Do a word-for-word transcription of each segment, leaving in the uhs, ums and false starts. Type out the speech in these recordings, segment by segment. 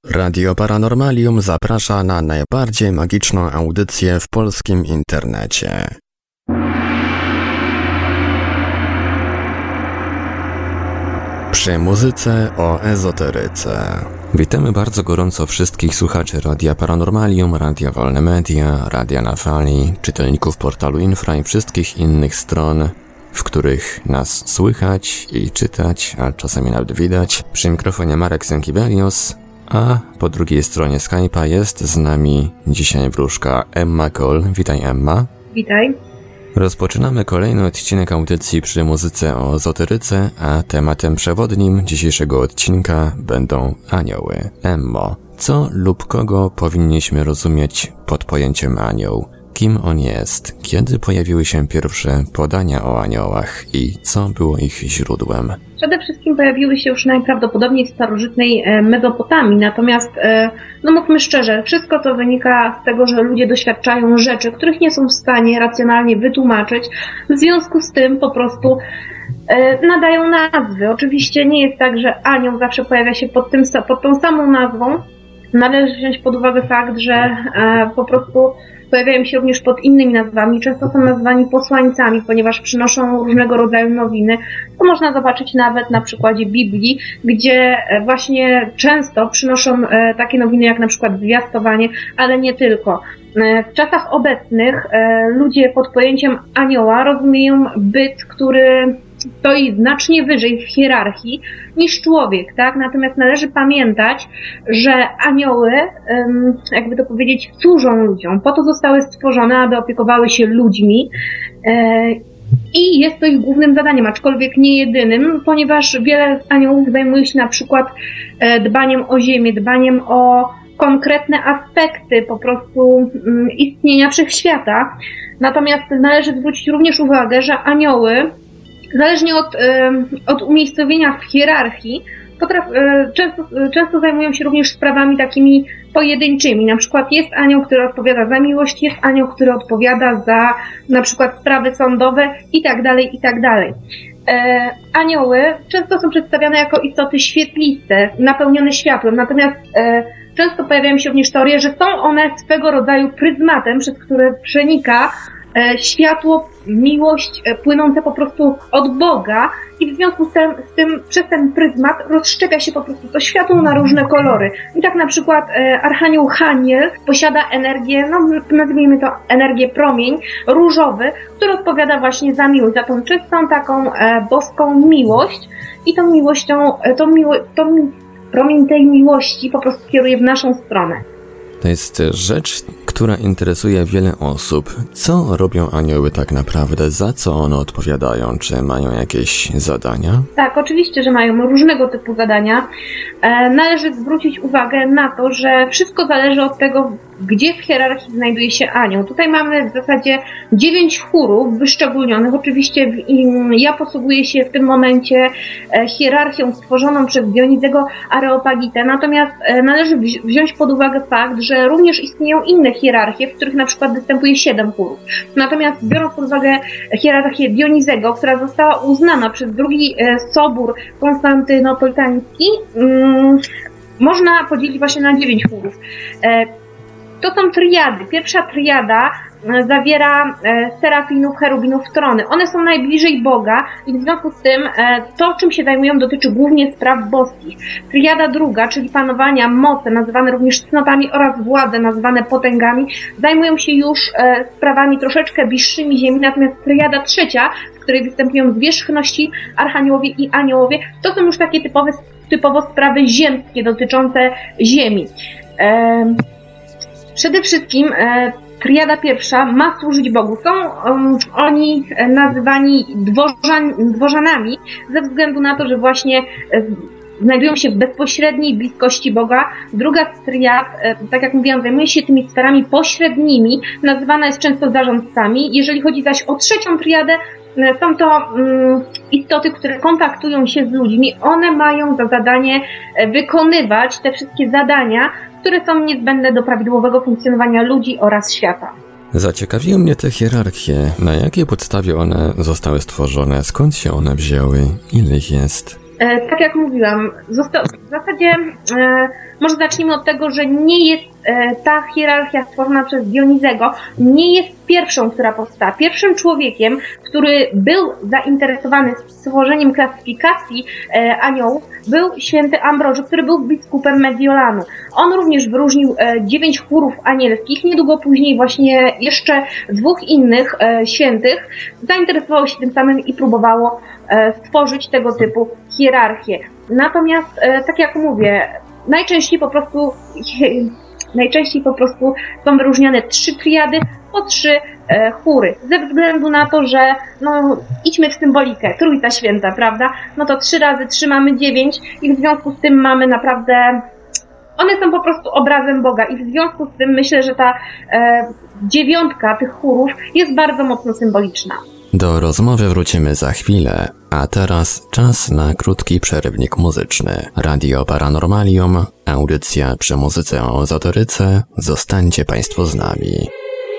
Radio Paranormalium zaprasza na najbardziej magiczną audycję w polskim internecie. Przy muzyce o ezoteryce. Witamy bardzo gorąco wszystkich słuchaczy Radia Paranormalium, Radia Wolne Media, Radia na Fali, czytelników portalu Infra i wszystkich innych stron, w których nas słychać i czytać, a czasami nawet widać. Przy mikrofonie Marek Sękiewelios, a po drugiej stronie Skype'a jest z nami dzisiaj wróżka Emma Kol. Witaj, Emma. Witaj. Rozpoczynamy kolejny odcinek audycji przy muzyce o ezoteryce, a tematem przewodnim dzisiejszego odcinka będą anioły. Emmo, co lub kogo powinniśmy rozumieć pod pojęciem anioł? Kim on jest? Kiedy pojawiły się pierwsze podania o aniołach i co było ich źródłem? Przede wszystkim pojawiły się już najprawdopodobniej w starożytnej Mezopotamii, natomiast, no mówmy szczerze, wszystko to wynika z tego, że ludzie doświadczają rzeczy, których nie są w stanie racjonalnie wytłumaczyć, w związku z tym po prostu nadają nazwy. Oczywiście nie jest tak, że anioł zawsze pojawia się pod, tym, pod tą samą nazwą. Należy wziąć pod uwagę fakt, że po prostu pojawiają się również pod innymi nazwami. Często są nazwani posłańcami, ponieważ przynoszą różnego rodzaju nowiny. To można zobaczyć nawet na przykładzie Biblii, gdzie właśnie często przynoszą takie nowiny jak na przykład zwiastowanie, ale nie tylko. W czasach obecnych ludzie pod pojęciem anioła rozumieją byt, który stoi znacznie wyżej w hierarchii niż człowiek, tak? Natomiast należy pamiętać, że anioły, jakby to powiedzieć, służą ludziom. Po to zostały stworzone, aby opiekowały się ludźmi i jest to ich głównym zadaniem, aczkolwiek nie jedynym, ponieważ wiele z aniołów zajmuje się na przykład dbaniem o ziemię, dbaniem o konkretne aspekty po prostu istnienia wszechświata. Natomiast należy zwrócić również uwagę, że anioły, zależnie od, od umiejscowienia w hierarchii, potraf, często, często zajmują się również sprawami takimi pojedynczymi. Na przykład jest anioł, który odpowiada za miłość, jest anioł, który odpowiada za na przykład sprawy sądowe i tak dalej, i tak dalej. Anioły często są przedstawiane jako istoty świetliste, napełnione światłem, natomiast często pojawiają się również teorie, że są one swego rodzaju pryzmatem, przez które przenika światło, miłość płynące po prostu od Boga i w związku z tym, z tym przez ten pryzmat rozszczepia się po prostu to światło na różne kolory. I tak na przykład e, Archanioł Haniel posiada energię, no nazwijmy to energię promień różowy, który odpowiada właśnie za miłość, za tą czystą taką e, boską miłość i tą miłością, e, tą, miło, tą promień tej miłości po prostu kieruje w naszą stronę. To jest rzecz, która interesuje wiele osób. Co robią anioły tak naprawdę? Za co one odpowiadają? Czy mają jakieś zadania? Tak, oczywiście, że mają różnego typu zadania. E, należy zwrócić uwagę na to, że wszystko zależy od tego, gdzie w hierarchii znajduje się anioł. Tutaj mamy w zasadzie dziewięć chórów wyszczególnionych. Oczywiście w, im, ja posługuję się w tym momencie e, hierarchią stworzoną przez Dionizego Areopagitę, natomiast e, należy wzi- wziąć pod uwagę fakt, że również istnieją inne hierarchie, w których na przykład występuje siedem chórów. Natomiast biorąc pod uwagę hierarchię Dionizego, która została uznana przez drugi e, Sobór Konstantynopolitański, mm, można podzielić właśnie na dziewięć chórów. E, To są triady. Pierwsza triada zawiera serafinów, cherubinów, trony. One są najbliżej Boga i w związku z tym to, czym się zajmują, dotyczy głównie spraw boskich. Triada druga, czyli panowania, moce, nazywane również cnotami, oraz władze, nazywane potęgami, zajmują się już sprawami troszeczkę bliższymi ziemi, natomiast triada trzecia, w której występują zwierzchności, archaniołowie i aniołowie, to są już takie typowe, typowo sprawy ziemskie dotyczące ziemi. Przede wszystkim e, triada pierwsza ma służyć Bogu. Są um, oni nazywani dworzan, dworzanami ze względu na to, że właśnie e, znajdują się w bezpośredniej bliskości Boga. Druga z triad, e, tak jak mówiłam, zajmuje się tymi sferami pośrednimi, nazywana jest często zarządcami. Jeżeli chodzi zaś o trzecią triadę, e, są to um, istoty, które kontaktują się z ludźmi. One mają za zadanie e, wykonywać te wszystkie zadania, które są niezbędne do prawidłowego funkcjonowania ludzi oraz świata. Zaciekawiły mnie te hierarchie. Na jakiej podstawie one zostały stworzone? Skąd się one wzięły? Ile ich jest? E, tak jak mówiłam, zosta- w zasadzie e, może zacznijmy od tego, że nie jest e, ta hierarchia stworzona przez Dionizego, nie jest pierwszą, która powstała. Pierwszym człowiekiem, który był zainteresowany stworzeniem klasyfikacji e, aniołów, był święty Ambroży, który był biskupem Mediolanu. On również wyróżnił e, dziewięć chórów anielskich, niedługo później właśnie jeszcze dwóch innych e, świętych zainteresowało się tym samym i próbowało e, stworzyć tego typu hierarchię. Natomiast, e, tak jak mówię, najczęściej po prostu najczęściej po prostu są wyróżniane trzy triady po trzy e, chóry. Ze względu na to, że no idźmy w symbolikę, Trójca Święta, prawda? No to trzy razy trzy mamy dziewięć i w związku z tym mamy naprawdę, one są po prostu obrazem Boga i w związku z tym myślę, że ta e, dziewiątka tych chórów jest bardzo mocno symboliczna. Do rozmowy wrócimy za chwilę, a teraz czas na krótki przerywnik muzyczny. Radio Paranormalium, audycja przy muzyce o ezoteryce. Zostańcie Państwo z nami.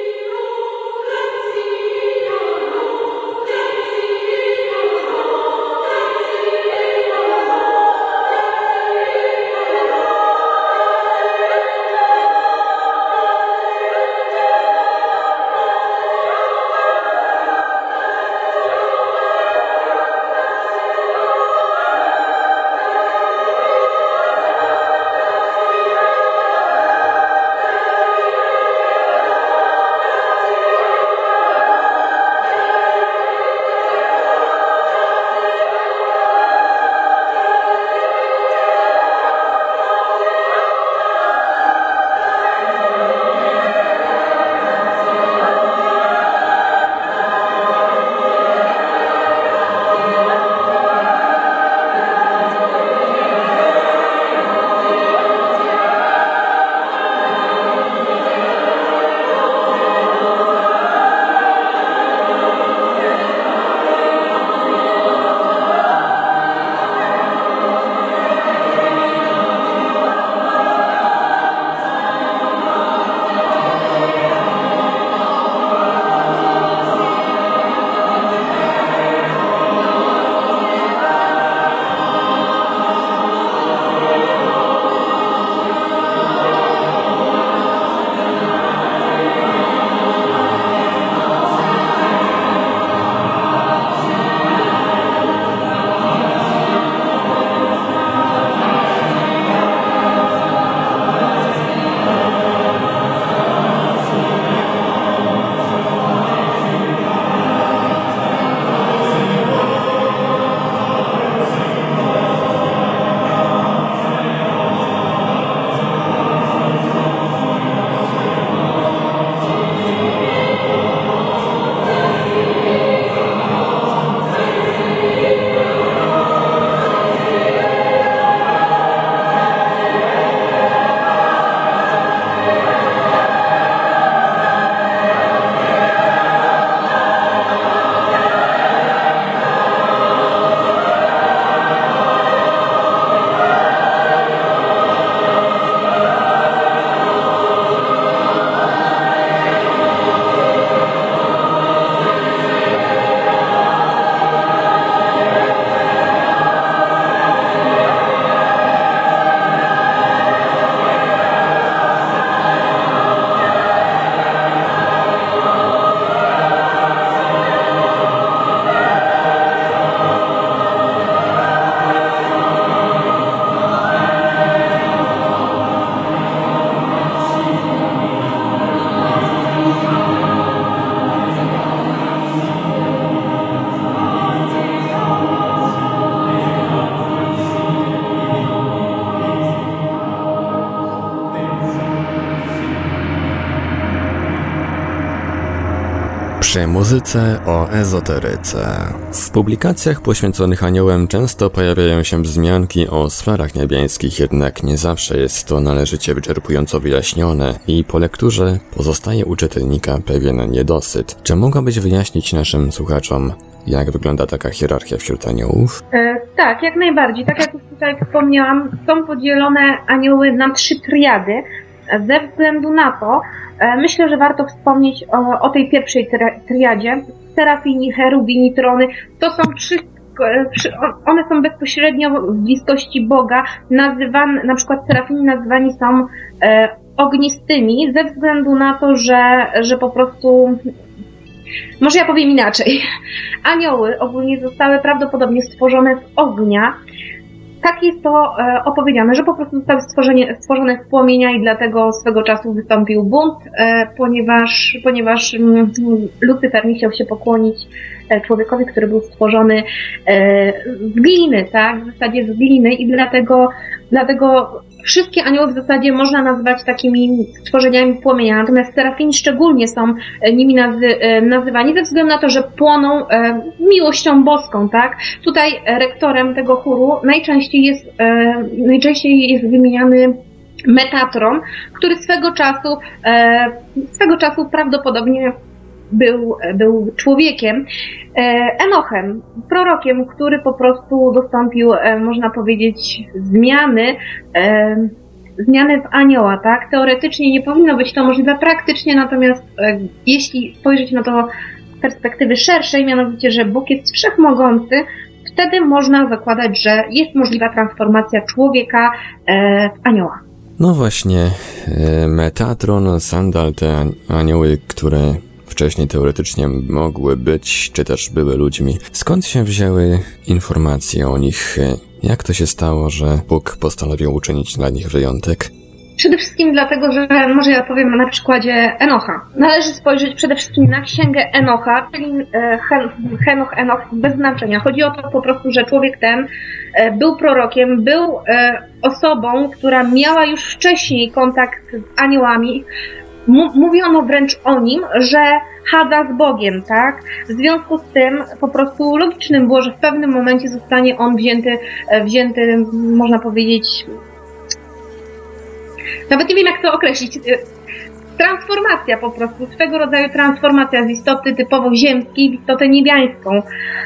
Przy muzyce o ezoteryce. W publikacjach poświęconych aniołom często pojawiają się wzmianki o sferach niebieskich, jednak nie zawsze jest to należycie wyczerpująco wyjaśnione i po lekturze pozostaje u czytelnika pewien niedosyt. Czy mogłabyś wyjaśnić naszym słuchaczom, jak wygląda taka hierarchia wśród aniołów? E, tak, jak najbardziej. Tak jak już tutaj wspomniałam, są podzielone anioły na trzy triady. Ze względu na to, e, myślę, że warto wspomnieć o, o tej pierwszej tri- triadzie. Serafini, cherubini, trony. To są trzy one są bezpośrednio w bliskości Boga, nazywane, na przykład serafini nazywani są e, ognistymi ze względu na to, że, że po prostu, może ja powiem inaczej, anioły ogólnie zostały prawdopodobnie stworzone z ognia. Tak jest to e, opowiedziane, że po prostu zostały stworzone, stworzone z płomienia i dlatego swego czasu wystąpił bunt, e, ponieważ, ponieważ mm, Lucyfer nie chciał się pokłonić e, człowiekowi, który był stworzony e, z gliny, tak, w zasadzie z gliny i dlatego, dlatego wszystkie anioły w zasadzie można nazwać takimi stworzeniami płomienia, natomiast serafini szczególnie są nimi nazy nazywani ze względu na to, że płoną e, miłością boską, tak? Tutaj rektorem tego chóru najczęściej jest, e, najczęściej jest wymieniany Metatron, który swego czasu, e, swego czasu prawdopodobnie był, był człowiekiem, Enochem, prorokiem, który po prostu dostąpił, można powiedzieć, zmiany, zmiany w anioła, tak? Teoretycznie nie powinno być to możliwe, praktycznie natomiast jeśli spojrzeć na to z perspektywy szerszej, mianowicie, że Bóg jest wszechmogący, wtedy można zakładać, że jest możliwa transformacja człowieka w anioła. No właśnie, Metatron, Sandal, te anioły, które wcześniej teoretycznie mogły być, czy też były ludźmi. Skąd się wzięły informacje o nich? Jak to się stało, że Bóg postanowił uczynić dla nich wyjątek? Przede wszystkim dlatego, że może ja powiem na przykładzie Enocha. Należy spojrzeć przede wszystkim na księgę Enocha, czyli Hen Henoch, Enoch bez znaczenia. Chodzi o to po prostu, że człowiek ten był prorokiem, był osobą, która miała już wcześniej kontakt z aniołami. Mówiono wręcz o nim, że chadza z Bogiem, tak? W związku z tym po prostu logicznym było, że w pewnym momencie zostanie on wzięty, wzięty, można powiedzieć, nawet nie wiem jak to określić, transformacja po prostu, swego rodzaju transformacja z istoty typowo ziemskiej w istotę niebiańską.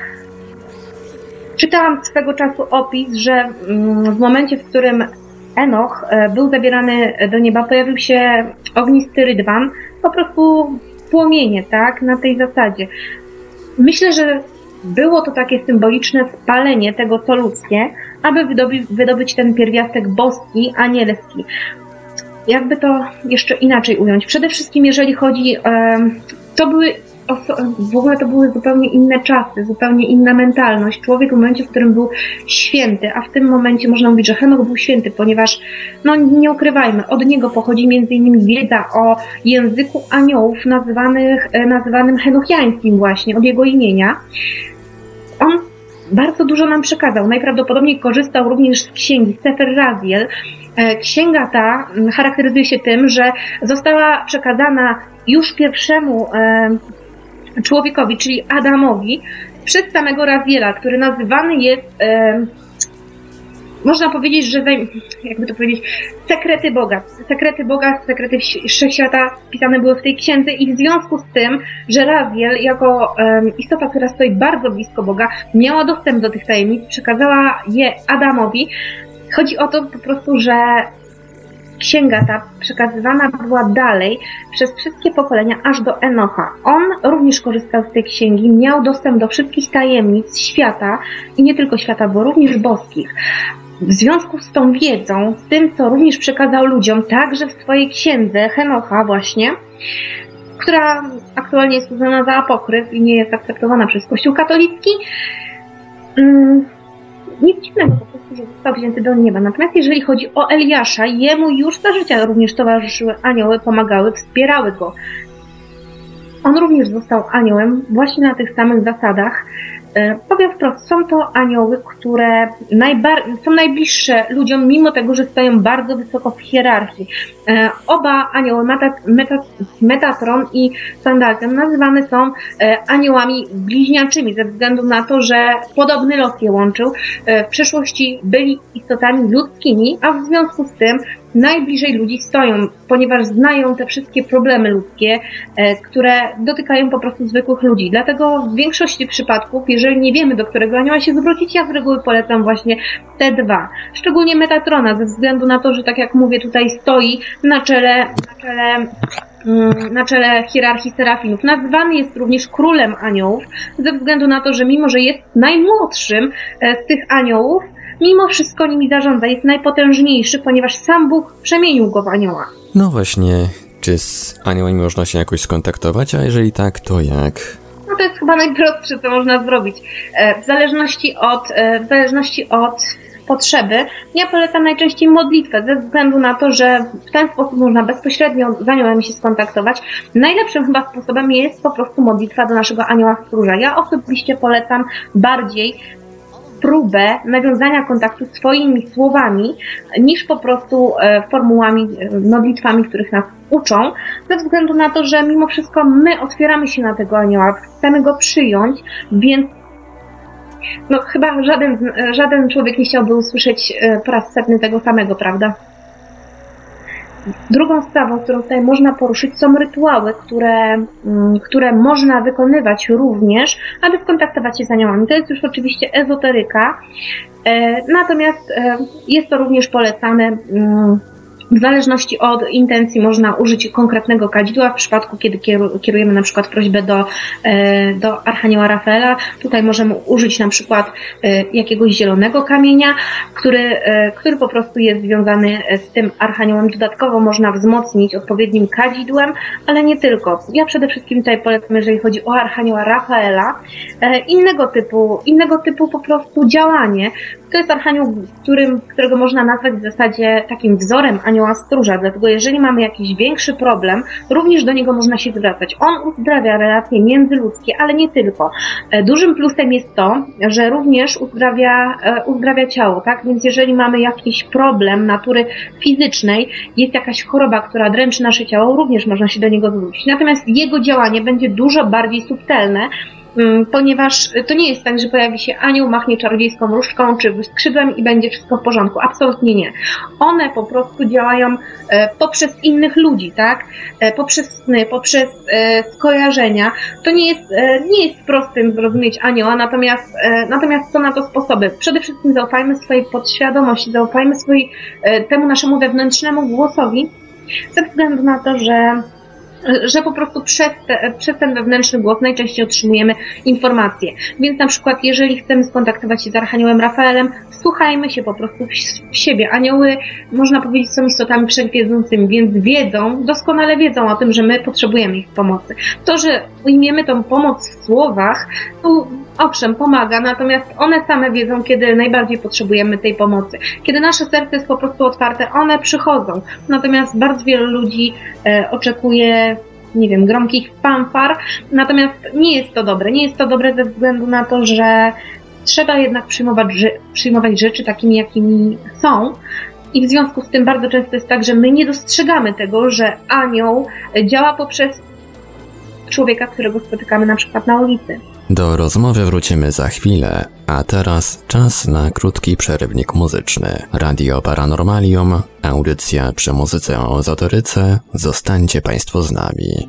Czytałam swego czasu opis, że w momencie, w którym Enoch był zabierany do nieba, pojawił się ognisty rydwan, po prostu płomienie, tak, na tej zasadzie. Myślę, że było to takie symboliczne spalenie tego, co ludzkie, aby wydobyć, wydobyć ten pierwiastek boski, anielski. Jakby to jeszcze inaczej ująć. Przede wszystkim, jeżeli chodzi, to były w ogóle to były zupełnie inne czasy, zupełnie inna mentalność. Człowiek w momencie, w którym był święty, a w tym momencie można mówić, że Henoch był święty, ponieważ, no nie ukrywajmy, od niego pochodzi między innymi wiedza o języku aniołów nazywanych, nazywanym henochiańskim właśnie, od jego imienia. On bardzo dużo nam przekazał. Najprawdopodobniej korzystał również z księgi Sefer Raziel. Księga ta charakteryzuje się tym, że została przekazana już pierwszemu człowiekowi, czyli Adamowi, przez samego Raziela, który nazywany jest, e, można powiedzieć, że jakby to powiedzieć, sekrety Boga. Sekrety Boga, sekrety wszechświata spisane były w tej księdze i w związku z tym, że Raziel jako e, istota, która stoi bardzo blisko Boga, miała dostęp do tych tajemnic, przekazała je Adamowi. Chodzi o to po prostu, że księga ta przekazywana była dalej przez wszystkie pokolenia aż do Enocha. On również korzystał z tej księgi, miał dostęp do wszystkich tajemnic świata i nie tylko świata, bo również boskich. W związku z tą wiedzą, z tym, co również przekazał ludziom, także w swojej księdze Henocha właśnie, która aktualnie jest uznana za apokryf i nie jest akceptowana przez Kościół katolicki, mm, nic dziwnego po prostu, że został wzięty do nieba. Natomiast jeżeli chodzi o Eliasza, jemu już za życia również towarzyszyły anioły, pomagały, wspierały go. On również został aniołem właśnie na tych samych zasadach. Powiem wprost, są to anioły, które są najbliższe ludziom, mimo tego, że stoją bardzo wysoko w hierarchii. Oba anioły, Metatron i Sandaltem, nazywane są aniołami bliźniaczymi, ze względu na to, że podobny los je łączył. W przeszłości byli istotami ludzkimi, a w związku z tym najbliżej ludzi stoją, ponieważ znają te wszystkie problemy ludzkie, które dotykają po prostu zwykłych ludzi. Dlatego w większości przypadków, jeżeli nie wiemy, do którego anioła się zwrócić, ja z reguły polecam właśnie te dwa. Szczególnie Metatrona, ze względu na to, że tak jak mówię, tutaj stoi na czele, na czele na czele hierarchii serafinów. Nazwany jest również królem aniołów, ze względu na to, że mimo, że jest najmłodszym z tych aniołów, mimo wszystko nimi zarządza, jest najpotężniejszy, ponieważ sam Bóg przemienił go w anioła. No właśnie, czy z aniołami można się jakoś skontaktować, a jeżeli tak, to jak? No to jest chyba najprostsze, co można zrobić. W zależności od, w zależności od potrzeby, ja polecam najczęściej modlitwę, ze względu na to, że w ten sposób można bezpośrednio z aniołem się skontaktować. Najlepszym chyba sposobem jest po prostu modlitwa do naszego anioła stróża. Ja osobiście polecam bardziej próbę nawiązania kontaktu swoimi słowami, niż po prostu formułami, modlitwami, których nas uczą, ze względu na to, że mimo wszystko my otwieramy się na tego anioła, chcemy go przyjąć, więc no chyba żaden, żaden człowiek nie chciałby usłyszeć po raz setny tego samego, prawda? Drugą sprawą, którą tutaj można poruszyć, są rytuały, które, które można wykonywać również, aby skontaktować się z aniołami. To jest już oczywiście ezoteryka, natomiast jest to również polecane. W zależności od intencji można użyć konkretnego kadzidła w przypadku, kiedy kierujemy na przykład prośbę do, do Archanioła Rafaela. Tutaj możemy użyć na przykład jakiegoś zielonego kamienia, który, który po prostu jest związany z tym Archaniołem. Dodatkowo można wzmocnić odpowiednim kadzidłem, ale nie tylko. Ja przede wszystkim tutaj polecam, jeżeli chodzi o Archanioła Rafaela, innego typu, innego typu po prostu działanie. To jest archanioł, którym, którego można nazwać w zasadzie takim wzorem anioła stróża, dlatego jeżeli mamy jakiś większy problem, również do niego można się zwracać. On uzdrawia relacje międzyludzkie, ale nie tylko. Dużym plusem jest to, że również uzdrawia, uzdrawia ciało, tak? Więc jeżeli mamy jakiś problem natury fizycznej, jest jakaś choroba, która dręczy nasze ciało, również można się do niego zwrócić. Natomiast jego działanie będzie dużo bardziej subtelne, ponieważ to nie jest tak, że pojawi się anioł, machnie czarodziejską różdżką czy skrzydłem i będzie wszystko w porządku. Absolutnie nie. One po prostu działają poprzez innych ludzi, tak? Poprzez sny, poprzez skojarzenia. To nie jest, nie jest prostym zrozumieć anioła, natomiast, natomiast są na to sposoby. Przede wszystkim zaufajmy swojej podświadomości, zaufajmy swojej, temu naszemu wewnętrznemu głosowi, ze względu na to, że że po prostu przez, te, przez ten wewnętrzny głos najczęściej otrzymujemy informacje. Więc na przykład jeżeli chcemy skontaktować się z Archaniołem Rafaelem, słuchajmy się po prostu w siebie. Anioły, można powiedzieć, są istotami wszechwiedzącymi, więc wiedzą, doskonale wiedzą o tym, że my potrzebujemy ich pomocy. To, że ujmiemy tą pomoc w słowach, to owszem, pomaga, natomiast one same wiedzą, kiedy najbardziej potrzebujemy tej pomocy. Kiedy nasze serce jest po prostu otwarte, one przychodzą. Natomiast bardzo wielu ludzi e, oczekuje, nie wiem, gromkich fanfar, natomiast nie jest to dobre. Nie jest to dobre ze względu na to, że trzeba jednak przyjmować, przyjmować rzeczy takimi, jakimi są. I w związku z tym bardzo często jest tak, że my nie dostrzegamy tego, że anioł działa poprzez człowieka, którego spotykamy na przykład na ulicy. Do rozmowy wrócimy za chwilę, a teraz czas na krótki przerywnik muzyczny. Radio Paranormalium, audycja przy muzyce o ezoteryce. Zostańcie Państwo z nami.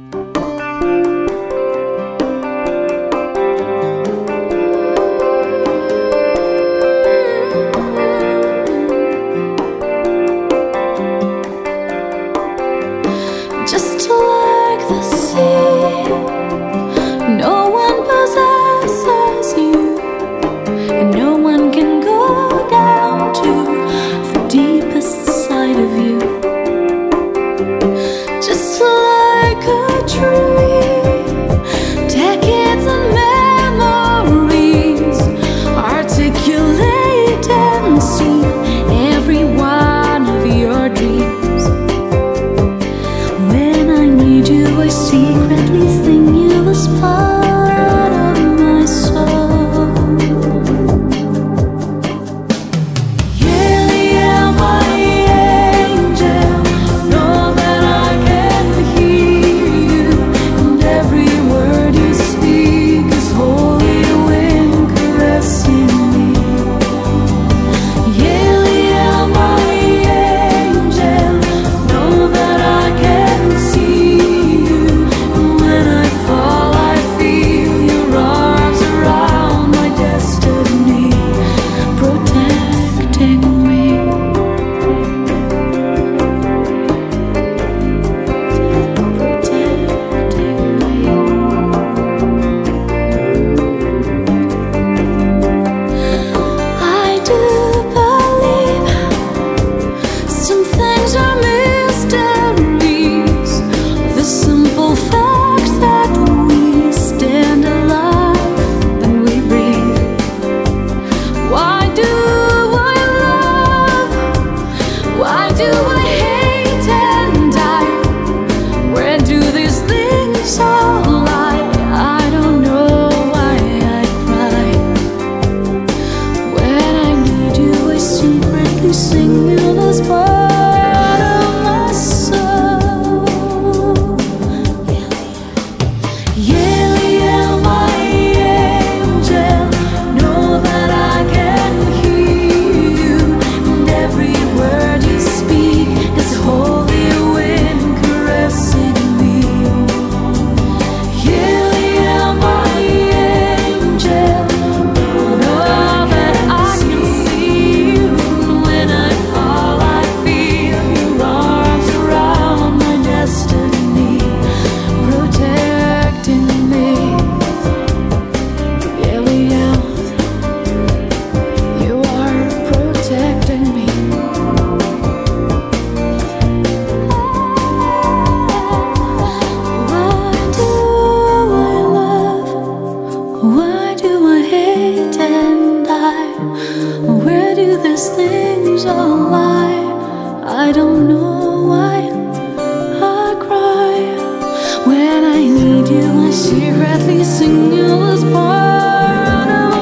know why I cry when I need you. I secretly sing you this part of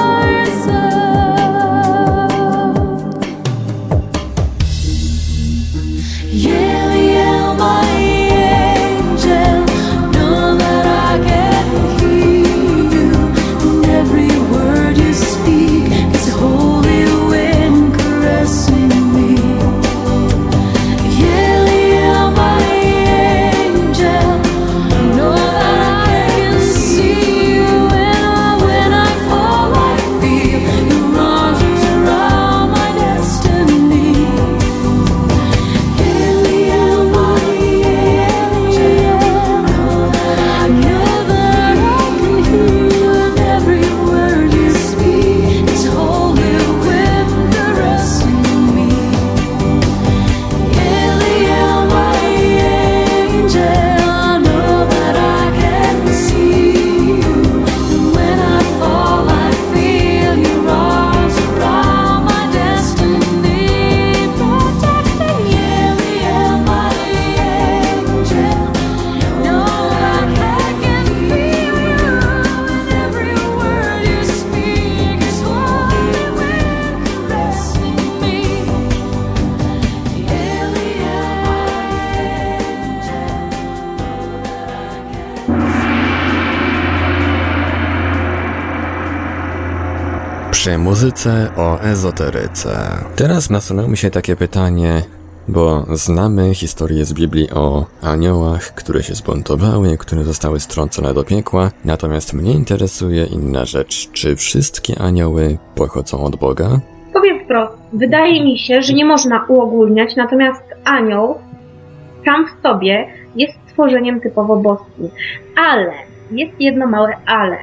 myself. Yeah, yeah, my angel, know that I can hear you, and every word you speak is holy wind caressing me. Yeah, yeah, my angel, know that I can see you, and when I fall I feel your arms around my destiny. Yeah, yeah, my angel, know that I can hear you, and every word you speak is holy wind caressing me. Yeah, yeah, my angel, know that I can see you, and when I fall I feel your arms around my destiny, protecting. Yeah, yeah, my angel, know that I can feel you, and every word you speak is holy wind caressing me. Yeah, yeah, my Przy muzyce o ezoteryce. Teraz nasunęło mi się takie pytanie, bo znamy historię z Biblii o aniołach, które się zbuntowały, które zostały strącone do piekła, natomiast mnie interesuje inna rzecz. Czy wszystkie anioły pochodzą od Boga? Powiem wprost, wydaje mi się, że nie można uogólniać, natomiast anioł sam w sobie jest stworzeniem typowo boskim. Ale, jest jedno małe ale.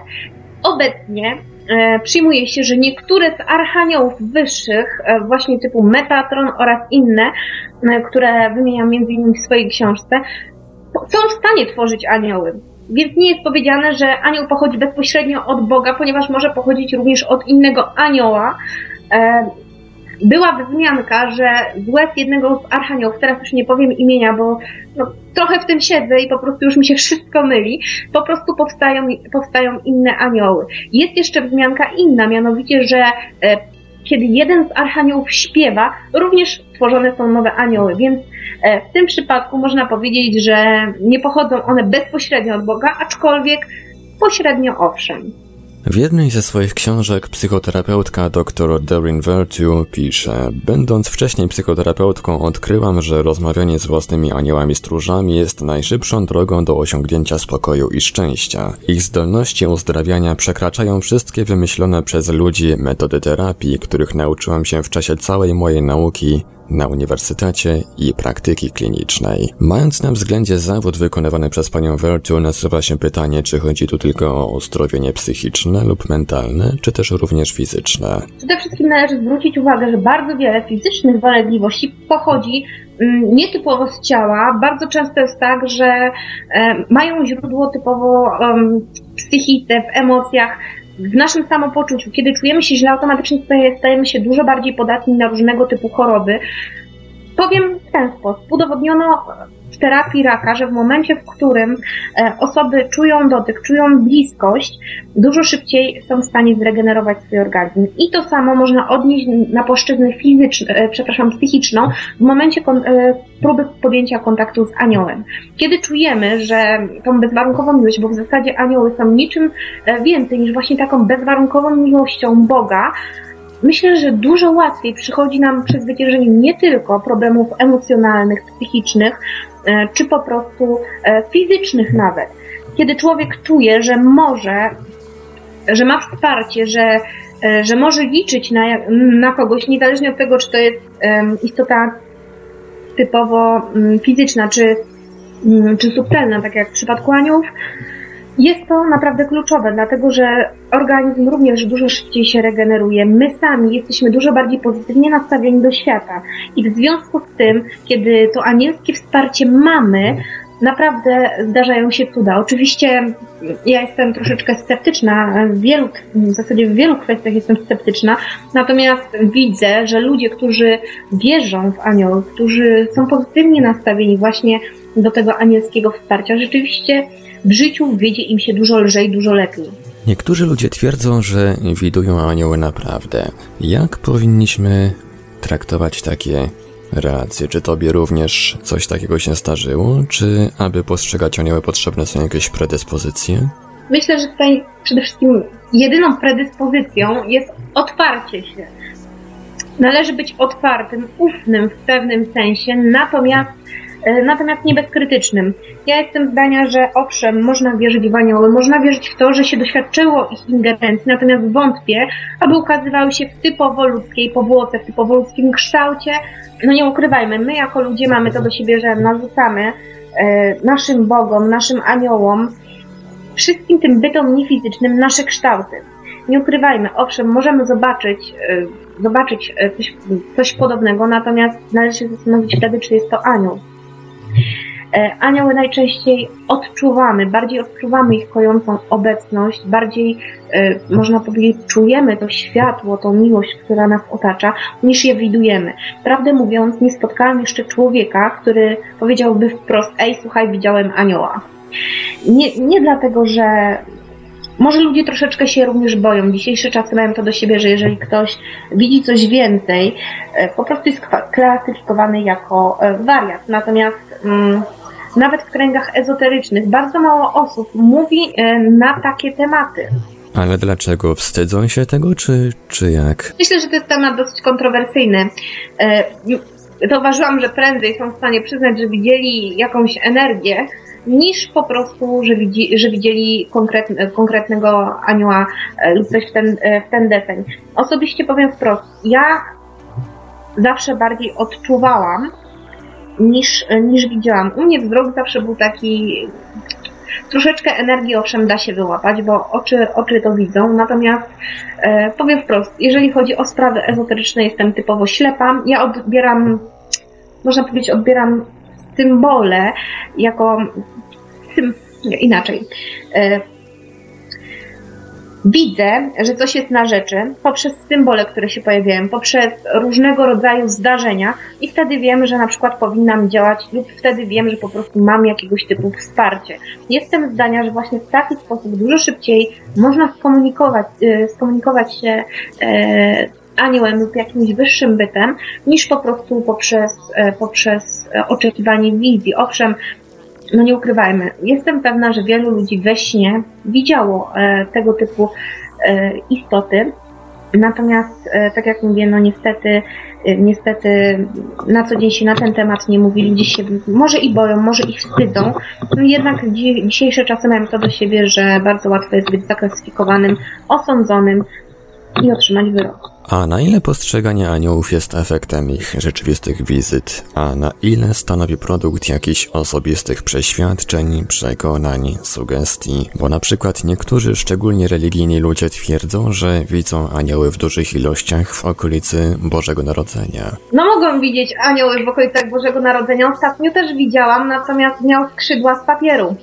Obecnie e, przyjmuje się, że niektóre z archaniołów wyższych, e, właśnie typu Metatron oraz inne, e, które wymieniam między innymi w swojej książce, po- są w stanie tworzyć anioły. Więc nie jest powiedziane, że anioł pochodzi bezpośrednio od Boga, ponieważ może pochodzić również od innego anioła. E, Była wzmianka, że z łez jednego z archaniołów, teraz już nie powiem imienia, bo no, trochę w tym siedzę i po prostu już mi się wszystko myli, po prostu powstają, powstają inne anioły. Jest jeszcze wzmianka inna, mianowicie, że e, kiedy jeden z archaniołów śpiewa, również tworzone są nowe anioły, więc e, w tym przypadku można powiedzieć, że nie pochodzą one bezpośrednio od Boga, aczkolwiek pośrednio owszem. W jednej ze swoich książek psychoterapeutka dr Doreen Virtue pisze: będąc wcześniej psychoterapeutką, odkryłam, że rozmawianie z własnymi aniołami stróżami jest najszybszą drogą do osiągnięcia spokoju i szczęścia. Ich zdolności uzdrawiania przekraczają wszystkie wymyślone przez ludzi metody terapii, których nauczyłam się w czasie całej mojej nauki na uniwersytecie i praktyki klinicznej. Mając na względzie zawód wykonywany przez panią Virtue, nasuwa się pytanie, czy chodzi tu tylko o uzdrowienie psychiczne lub mentalne, czy też również fizyczne. Przede wszystkim należy zwrócić uwagę, że bardzo wiele fizycznych dolegliwości pochodzi mm, nietypowo z ciała. Bardzo często jest tak, że e, mają źródło typowo em, w psychice, w emocjach, w naszym samopoczuciu. Kiedy czujemy się źle, automatycznie stajemy się dużo bardziej podatni na różnego typu choroby. Powiem w ten sposób. Udowodniono w terapii raka, że w momencie, w którym osoby czują dotyk, czują bliskość, dużo szybciej są w stanie zregenerować swój organizm. I to samo można odnieść na płaszczyznę fizyczną, przepraszam, psychiczną, w momencie kon- próby podjęcia kontaktu z aniołem. Kiedy czujemy, że tą bezwarunkową miłość, bo w zasadzie anioły są niczym więcej niż właśnie taką bezwarunkową miłością Boga, myślę, że dużo łatwiej przychodzi nam przezwyciężenie nie tylko problemów emocjonalnych, psychicznych, czy po prostu fizycznych nawet. Kiedy człowiek czuje, że może, że ma wsparcie, że, że może liczyć na, na kogoś, niezależnie od tego, czy to jest istota typowo fizyczna, czy, czy subtelna, tak jak w przypadku aniołów, jest to naprawdę kluczowe, dlatego że organizm również dużo szybciej się regeneruje. My sami jesteśmy dużo bardziej pozytywnie nastawieni do świata i w związku z tym, kiedy to anielskie wsparcie mamy, naprawdę zdarzają się cuda. Oczywiście ja jestem troszeczkę sceptyczna, w, wielu, w zasadzie w wielu kwestiach jestem sceptyczna, natomiast widzę, że ludzie, którzy wierzą w anioły, którzy są pozytywnie nastawieni właśnie do tego anielskiego wsparcia, rzeczywiście w życiu wiedzie im się dużo lżej, dużo lepiej. Niektórzy ludzie twierdzą, że widują anioły naprawdę. Jak powinniśmy traktować takie relacje? Czy tobie również coś takiego się zdarzyło? Czy aby postrzegać anioły potrzebne są jakieś predyspozycje? Myślę, że tutaj przede wszystkim jedyną predyspozycją jest otwarcie się. Należy być otwartym, ufnym w pewnym sensie, natomiast Natomiast nie bezkrytycznym. Ja jestem zdania, że owszem, można wierzyć w anioły, można wierzyć w to, że się doświadczyło ich ingerencji, natomiast wątpię, aby ukazywały się w typowo ludzkiej powłoce, w typowo ludzkim kształcie. No nie ukrywajmy, my jako ludzie mamy to do siebie, że narzucamy e, naszym bogom, naszym aniołom, wszystkim tym bytom niefizycznym nasze kształty. Nie ukrywajmy, owszem, możemy zobaczyć, e, zobaczyć coś, coś podobnego, natomiast należy się zastanowić wtedy, czy jest to anioł. Anioły najczęściej odczuwamy, bardziej odczuwamy ich kojącą obecność, bardziej, e, można powiedzieć, czujemy to światło, tą miłość, która nas otacza, niż je widujemy. Prawdę mówiąc, nie spotkałam jeszcze człowieka, który powiedziałby wprost: ej, słuchaj, widziałem anioła. Nie, nie dlatego, że może ludzie troszeczkę się również boją. Dzisiejsze czasy mają to do siebie, że jeżeli ktoś widzi coś więcej, po prostu jest klasyfikowany jako wariat. Natomiast mm, nawet w kręgach ezoterycznych bardzo mało osób mówi na takie tematy. Ale dlaczego? Wstydzą się tego, czy, czy jak? Myślę, że to jest temat dosyć kontrowersyjny. Zauważyłam, że prędzej są w stanie przyznać, że widzieli jakąś energię, niż po prostu, że, widzi, że widzieli konkretne, konkretnego anioła lub coś w ten, w ten deseń. Osobiście powiem wprost, ja zawsze bardziej odczuwałam niż, niż widziałam. U mnie wzrok zawsze był taki, troszeczkę energii owszem da się wyłapać, bo oczy, oczy to widzą, natomiast e, powiem wprost, jeżeli chodzi o sprawy ezoteryczne, jestem typowo ślepa. Ja odbieram, można powiedzieć, odbieram symbole jako sym, nie, inaczej. E, widzę, że coś jest na rzeczy poprzez symbole, które się pojawiają, poprzez różnego rodzaju zdarzenia i wtedy wiem, że na przykład powinnam działać lub wtedy wiem, że po prostu mam jakiegoś typu wsparcie. Jestem zdania, że właśnie w taki sposób dużo szybciej można skomunikować, e, skomunikować się e, aniołem lub jakimś wyższym bytem, niż po prostu poprzez, poprzez oczekiwanie wizji. Owszem, no nie ukrywajmy, jestem pewna, że wielu ludzi we śnie widziało e, tego typu e, istoty, natomiast e, tak jak mówię, no niestety, e, niestety na co dzień się na ten temat nie mówi, ludzie się może i boją, może ich wstydzą, no jednak dzi- dzisiejsze czasy mają to do siebie, że bardzo łatwo jest być zaklasyfikowanym, osądzonym i otrzymać wyrok. A na ile postrzeganie aniołów jest efektem ich rzeczywistych wizyt, a na ile stanowi produkt jakichś osobistych przeświadczeń, przekonań, sugestii? Bo na przykład niektórzy, szczególnie religijni ludzie twierdzą, że widzą anioły w dużych ilościach w okolicy Bożego Narodzenia. No mogą widzieć anioły w okolicach Bożego Narodzenia. Ostatnio też widziałam, natomiast miał skrzydła z papieru.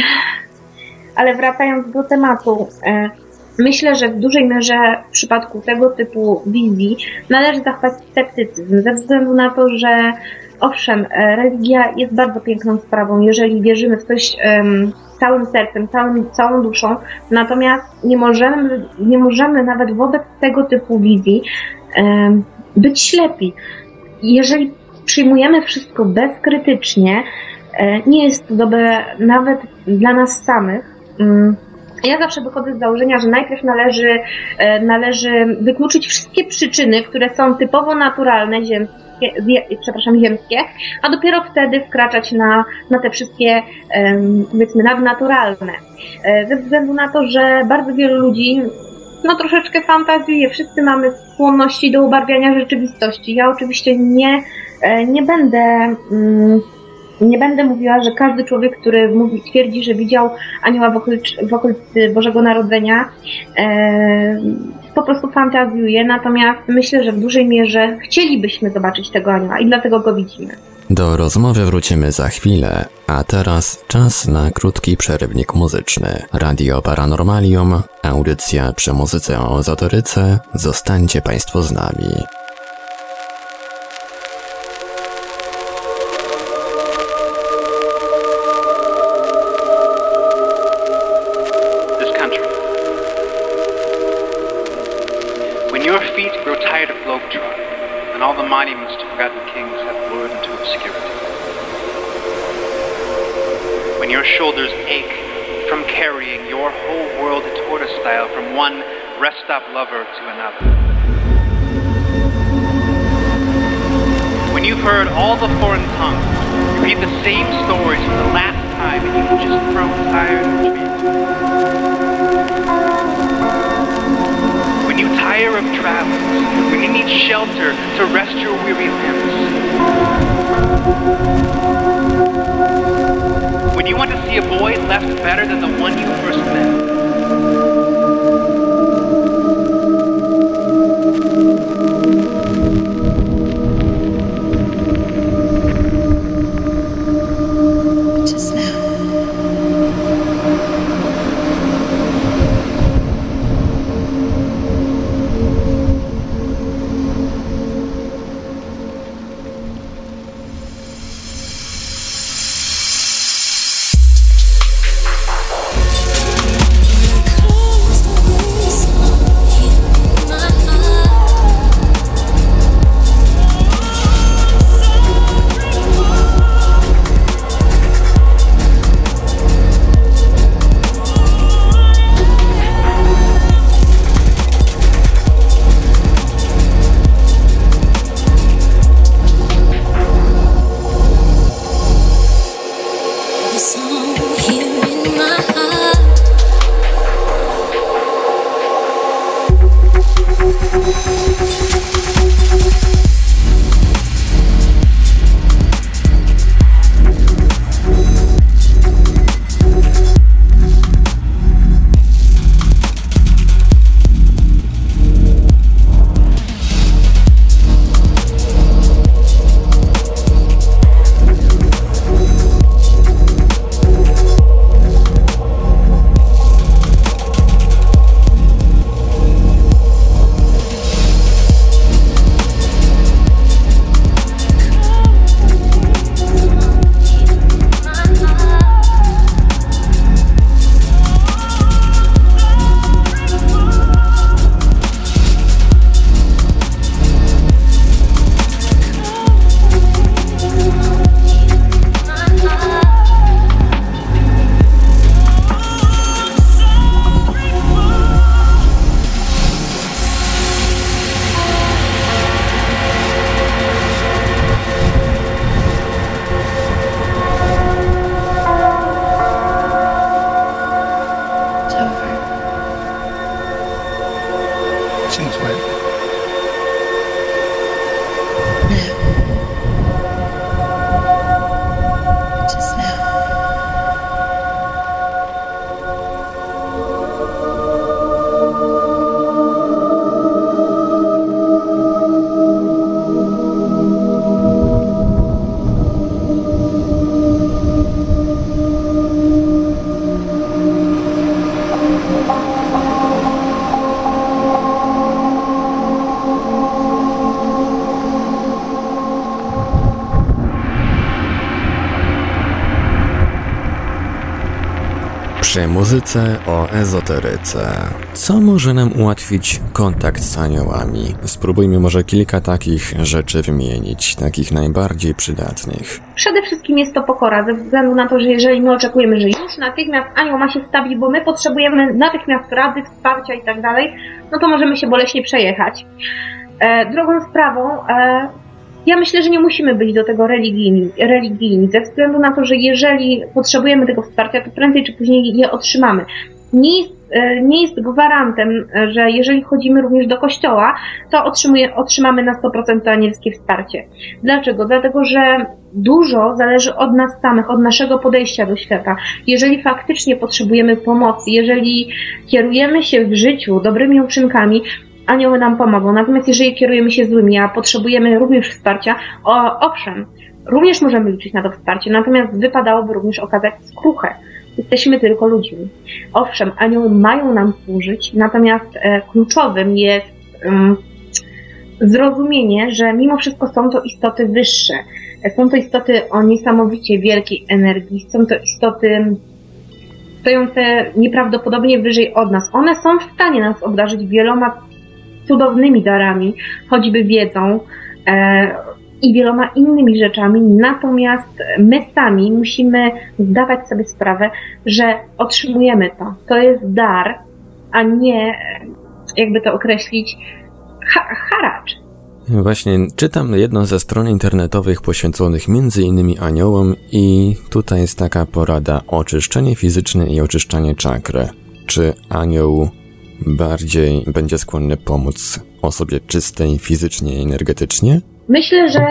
Ale wracając do tematu, myślę, że w dużej mierze w przypadku tego typu wizji należy zachować sceptycyzm, ze względu na to, że owszem, religia jest bardzo piękną sprawą, jeżeli wierzymy w coś um, całym sercem, całym, całą duszą, natomiast nie możemy, nie możemy nawet wobec tego typu wizji um, być ślepi. Jeżeli przyjmujemy wszystko bezkrytycznie, nie jest to dobre nawet dla nas samych. Um, Ja zawsze wychodzę z założenia, że najpierw należy, należy wykluczyć wszystkie przyczyny, które są typowo naturalne, ziemskie, przepraszam, ziemskie, a dopiero wtedy wkraczać na, na te wszystkie, powiedzmy, nadnaturalne. Ze względu na to, że bardzo wielu ludzi no troszeczkę fantazjuje, wszyscy mamy skłonności do ubarwiania rzeczywistości. Ja oczywiście nie, nie będę... Nie będę mówiła, że każdy człowiek, który mówi, twierdzi, że widział anioła w okolicy, w okolicy Bożego Narodzenia, e, po prostu fantazjuje, natomiast myślę, że w dużej mierze chcielibyśmy zobaczyć tego anioła i dlatego go widzimy. Do rozmowy wrócimy za chwilę, a teraz czas na krótki przerywnik muzyczny. Radio Paranormalium, audycja przy muzyce o ezoteryce. Zostańcie Państwo z nami. Your feet grow tired of globetrotting, and all the monuments to forgotten kings have blurred into obscurity. When your shoulders ache from carrying your whole world tortoise style from one rest-stop lover to another. When you've heard all the foreign tongues, repeat the same stories for the last time, and you just grow tired of dreaming. When you tire of travels, when you need shelter to rest your weary limbs. When you want to see a boy left better than the one you first met. Przy muzyce o ezoteryce. Co może nam ułatwić kontakt z aniołami? Spróbujmy może kilka takich rzeczy wymienić, takich najbardziej przydatnych. Przede wszystkim jest to pokora, ze względu na to, że jeżeli my oczekujemy, że już natychmiast anioł ma się stawić, bo my potrzebujemy natychmiast rady, wsparcia i tak dalej, no to możemy się boleśnie przejechać. E, drugą sprawą, e, ja myślę, że nie musimy być do tego religijni, religijni, ze względu na to, że jeżeli potrzebujemy tego wsparcia, to prędzej czy później je otrzymamy. Nie jest, nie jest gwarantem, że jeżeli chodzimy również do kościoła, to otrzymuje, otrzymamy na sto procent anielskie wsparcie. Dlaczego? Dlatego, że dużo zależy od nas samych, od naszego podejścia do świata. Jeżeli faktycznie potrzebujemy pomocy, jeżeli kierujemy się w życiu dobrymi uczynkami, anioły nam pomogą. Natomiast jeżeli kierujemy się złymi, a potrzebujemy również wsparcia, o, owszem, również możemy liczyć na to wsparcie, natomiast wypadałoby również okazać skruchę. Jesteśmy tylko ludźmi. Owszem, anioły mają nam służyć, natomiast e, kluczowym jest um, zrozumienie, że mimo wszystko są to istoty wyższe. Są to istoty o niesamowicie wielkiej energii, są to istoty stojące nieprawdopodobnie wyżej od nas. One są w stanie nas obdarzyć wieloma cudownymi darami, choćby wiedzą e, i wieloma innymi rzeczami, natomiast my sami musimy zdawać sobie sprawę, że otrzymujemy to. To jest dar, a nie, jakby to określić, ha- haracz. Właśnie czytam jedną ze stron internetowych poświęconych między innymi aniołom i tutaj jest taka porada: oczyszczenie fizyczne i oczyszczanie czakry. Czy anioł bardziej będzie skłonny pomóc osobie czystej fizycznie i energetycznie? Myślę, że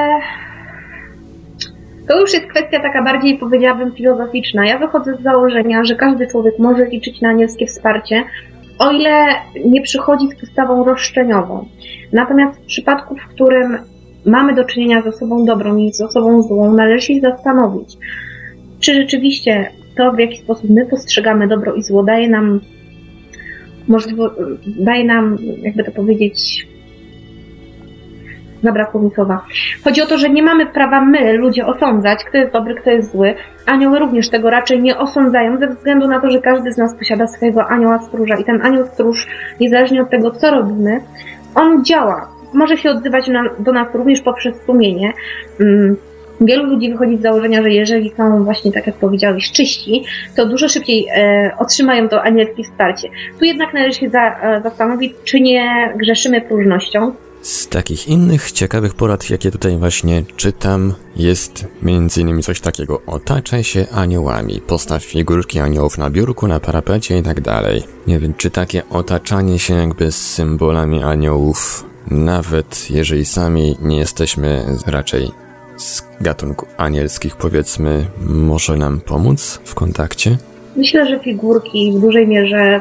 to już jest kwestia taka bardziej, powiedziałabym, filozoficzna. Ja wychodzę z założenia, że każdy człowiek może liczyć na anielskie wsparcie, o ile nie przychodzi z postawą roszczeniową. Natomiast w przypadku, w którym mamy do czynienia z osobą dobrą i z osobą złą, należy się zastanowić, czy rzeczywiście to, w jaki sposób my postrzegamy dobro i zło, daje nam możliwość, daje nam, jakby to powiedzieć, zabrakło mi słowa. Chodzi o to, że nie mamy prawa my, ludzie, osądzać, kto jest dobry, kto jest zły. Anioły również tego raczej nie osądzają, ze względu na to, że każdy z nas posiada swojego anioła stróża i ten anioł stróż, niezależnie od tego, co robimy, on działa. Może się odzywać na, do nas również poprzez sumienie. Hmm. Wielu ludzi wychodzi z założenia, że jeżeli są właśnie, tak jak powiedziałeś, czyści, to dużo szybciej e, otrzymają to anielskie wsparcie. Tu jednak należy się za, e, zastanowić, czy nie grzeszymy próżnością. Z takich innych ciekawych porad, jakie tutaj właśnie czytam, jest między innymi coś takiego: otaczaj się aniołami, postaw figurki aniołów na biurku, na parapecie i tak dalej. Nie wiem, czy takie otaczanie się jakby z symbolami aniołów, nawet jeżeli sami nie jesteśmy raczej z gatunku anielskich, powiedzmy, może nam pomóc w kontakcie? Myślę, że figurki w dużej mierze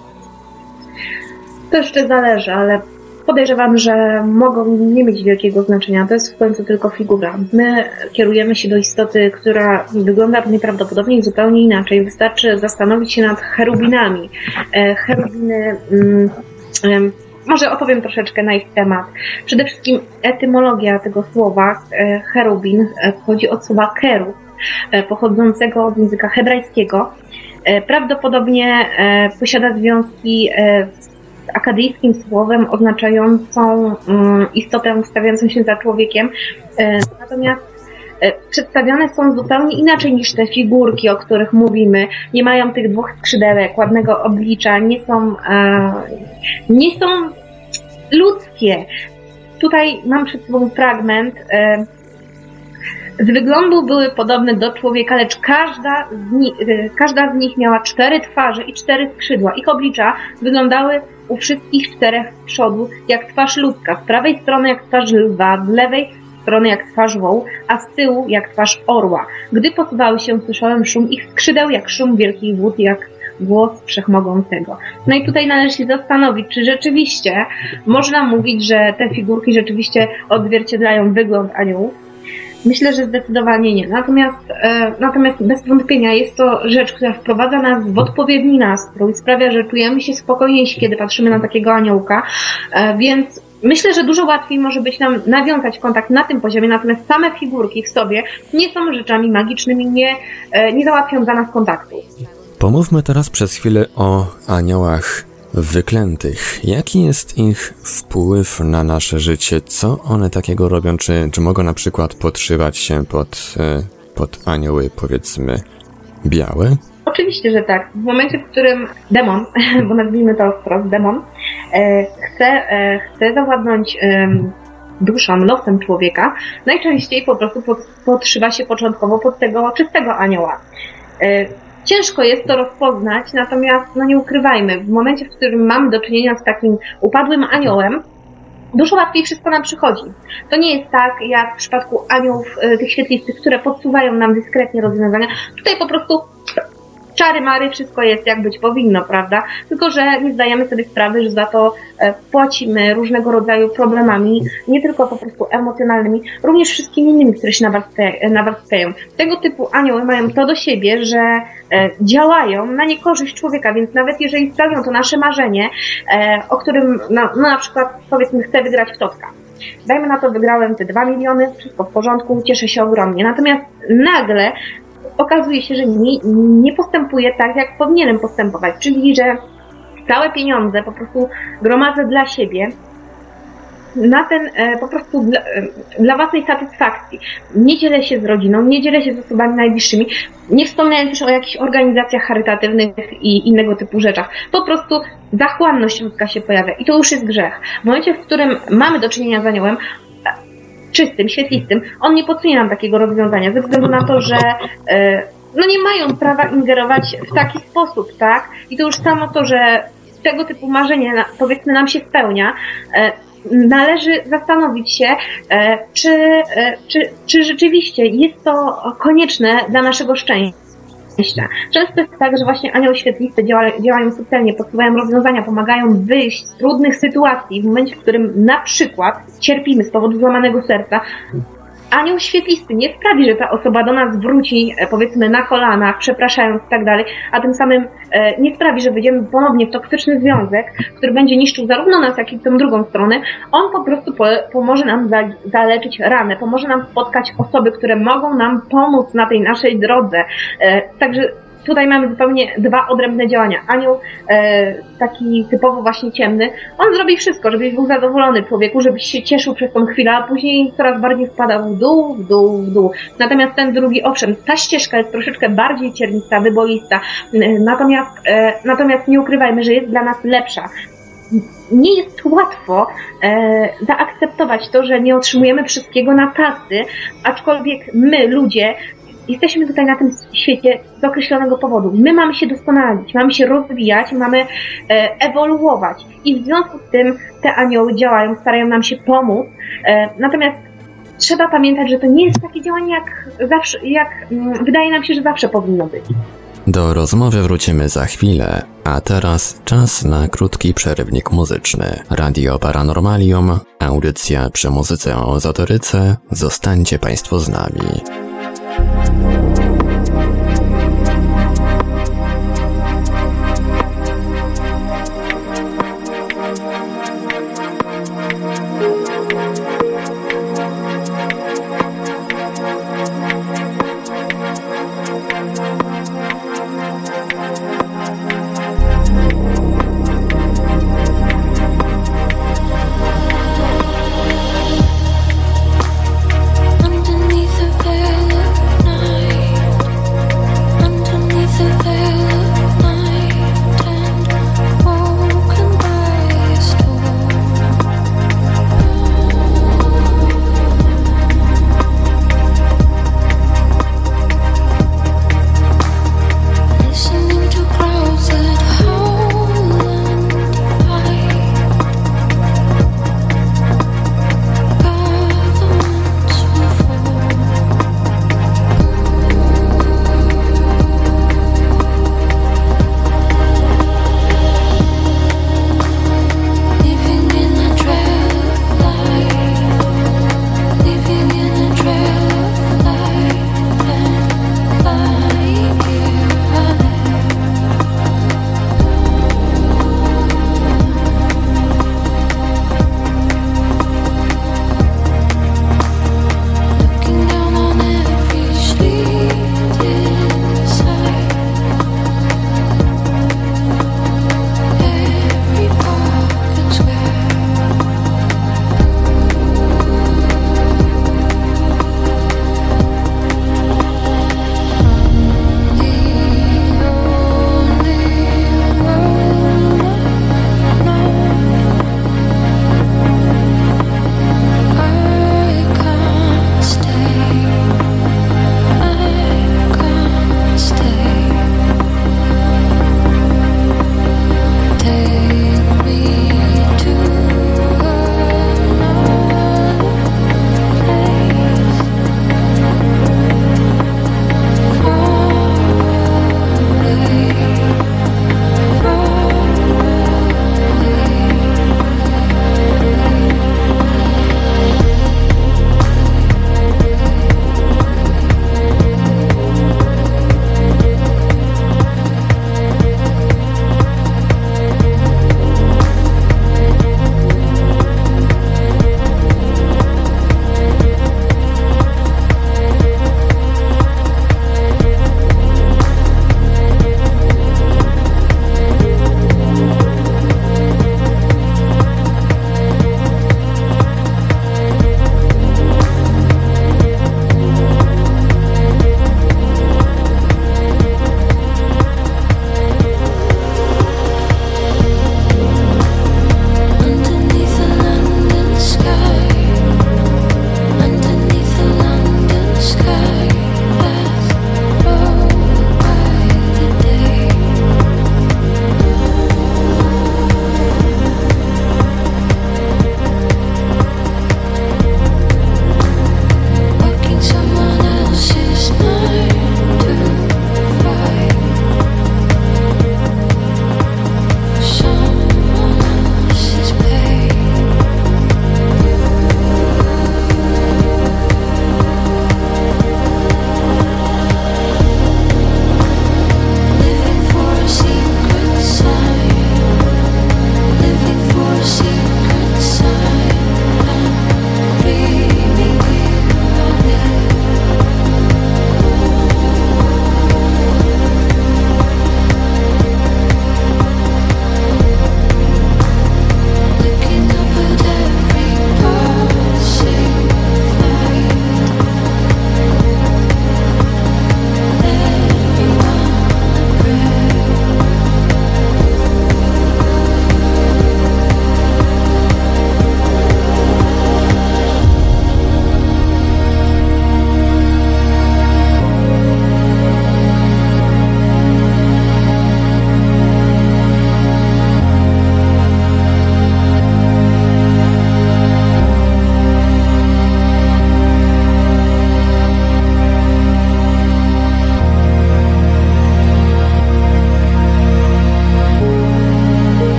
to jeszcze zależy, ale podejrzewam, że mogą nie mieć wielkiego znaczenia. To jest w końcu tylko figura. My kierujemy się do istoty, która wygląda najprawdopodobniej zupełnie inaczej. Wystarczy zastanowić się nad cherubinami. E, cherubiny... Mm, mm, Może opowiem troszeczkę na ich temat. Przede wszystkim etymologia tego słowa e, cherubin e, pochodzi od słowa kerub, e, pochodzącego od języka hebrajskiego. E, prawdopodobnie e, posiada związki e, z akadyjskim słowem oznaczającą mm, istotę stawiającą się za człowiekiem. E, natomiast przedstawiane są zupełnie inaczej niż te figurki, o których mówimy. Nie mają tych dwóch skrzydełek, ładnego oblicza, nie są, e, nie są ludzkie. Tutaj mam przed sobą fragment. E, z wyglądu były podobne do człowieka, lecz każda z, ni- e, każda z nich miała cztery twarze i cztery skrzydła. Ich oblicza wyglądały u wszystkich czterech z przodu jak twarz ludzka, z prawej strony jak twarz lwa, z lewej strony jak twarz wołu, a z tyłu jak twarz orła. Gdy posuwały się, słyszałem szum ich skrzydeł, jak szum wielkich wód, jak głos Wszechmogącego. No i tutaj należy się zastanowić, czy rzeczywiście można mówić, że te figurki rzeczywiście odzwierciedlają wygląd aniołów. Myślę, że zdecydowanie nie. Natomiast, e, natomiast bez wątpienia jest to rzecz, która wprowadza nas w odpowiedni nastrój, sprawia, że czujemy się spokojniejsi, kiedy patrzymy na takiego aniołka, e, więc myślę, że dużo łatwiej może być nam nawiązać kontakt na tym poziomie, natomiast same figurki w sobie nie są rzeczami magicznymi, nie, nie załatwią dla nas kontaktu. Pomówmy teraz przez chwilę o aniołach wyklętych. Jaki jest ich wpływ na nasze życie? Co one takiego robią? Czy, czy mogą na przykład podszywać się pod, pod anioły, powiedzmy, białe? Oczywiście, że tak. W momencie, w którym demon, bo nazwijmy to wprost demon, chce, chce zawładnąć duszą, losem człowieka, najczęściej po prostu pod, podszywa się początkowo pod tego czystego anioła. Ciężko jest to rozpoznać, natomiast no nie ukrywajmy, w momencie, w którym mamy do czynienia z takim upadłym aniołem, dużo łatwiej wszystko nam przychodzi. To nie jest tak, jak w przypadku aniołów tych świetlistych, które podsuwają nam dyskretnie rozwiązania. Tutaj po prostu czary mary, wszystko jest jak być powinno, prawda? Tylko że nie zdajemy sobie sprawy, że za to e, płacimy różnego rodzaju problemami, nie tylko po prostu emocjonalnymi, również wszystkimi innymi, które się nawarstwiają. nawarstwiają. Tego typu anioły mają to do siebie, że e, działają na niekorzyść człowieka, więc nawet jeżeli spełnią to nasze marzenie, e, o którym no, no na przykład powiedzmy chcę wygrać w Totka. Dajmy na to, wygrałem te dwa miliony, wszystko w porządku, cieszę się ogromnie. Natomiast nagle okazuje się, że nie, nie postępuję tak, jak powinienem postępować, czyli że całe pieniądze po prostu gromadzę dla siebie, na ten e, po prostu dla, e, dla własnej satysfakcji. Nie dzielę się z rodziną, nie dzielę się z osobami najbliższymi, nie wspominając już o jakichś organizacjach charytatywnych i innego typu rzeczach. Po prostu zachłanność ludzka się pojawia i to już jest grzech. W momencie, w którym mamy do czynienia z aniołem, czystym, świetlistym, on nie podsunie nam takiego rozwiązania, ze względu na to, że e, no nie mają prawa ingerować w taki sposób, tak? I to już samo to, że tego typu marzenie, powiedzmy, nam się spełnia, e, należy zastanowić się, e, czy, e, czy, czy rzeczywiście jest to konieczne dla naszego szczęścia. Często jest tak, że właśnie anioły świetlisty działają, działają subtelnie, podsuwają rozwiązania, pomagają wyjść z trudnych sytuacji w momencie, w którym na przykład cierpimy z powodu złamanego serca. Anioł świetlisty nie sprawi, że ta osoba do nas wróci, powiedzmy, na kolanach, przepraszając i tak dalej, a tym samym e, nie sprawi, że wejdziemy ponownie w toksyczny związek, który będzie niszczył zarówno nas, jak i tę drugą stronę. On po prostu po, pomoże nam za, zaleczyć ranę, pomoże nam spotkać osoby, które mogą nam pomóc na tej naszej drodze. E, także tutaj mamy zupełnie dwa odrębne działania. Anioł e, taki typowo właśnie ciemny, on zrobi wszystko, żebyś był zadowolony człowieku, żebyś się cieszył przez tą chwilę, a później coraz bardziej wpada w dół, w dół, w dół. Natomiast ten drugi, owszem, ta ścieżka jest troszeczkę bardziej ciernista, wyboista, natomiast, e, natomiast nie ukrywajmy, że jest dla nas lepsza. Nie jest łatwo e, zaakceptować to, że nie otrzymujemy wszystkiego na tacy, aczkolwiek my, ludzie, jesteśmy tutaj na tym świecie z określonego powodu. My mamy się doskonalić, mamy się rozwijać, mamy e, ewoluować i w związku z tym te anioły działają, starają nam się pomóc. E, natomiast trzeba pamiętać, że to nie jest takie działanie, jak zawsze, jak mm, wydaje nam się, że zawsze powinno być. Do rozmowy wrócimy za chwilę, a teraz czas na krótki przerywnik muzyczny. Radio Paranormalium, audycja przy muzyce o ezoteryce. Zostańcie Państwo z nami. Underneath the veil of night.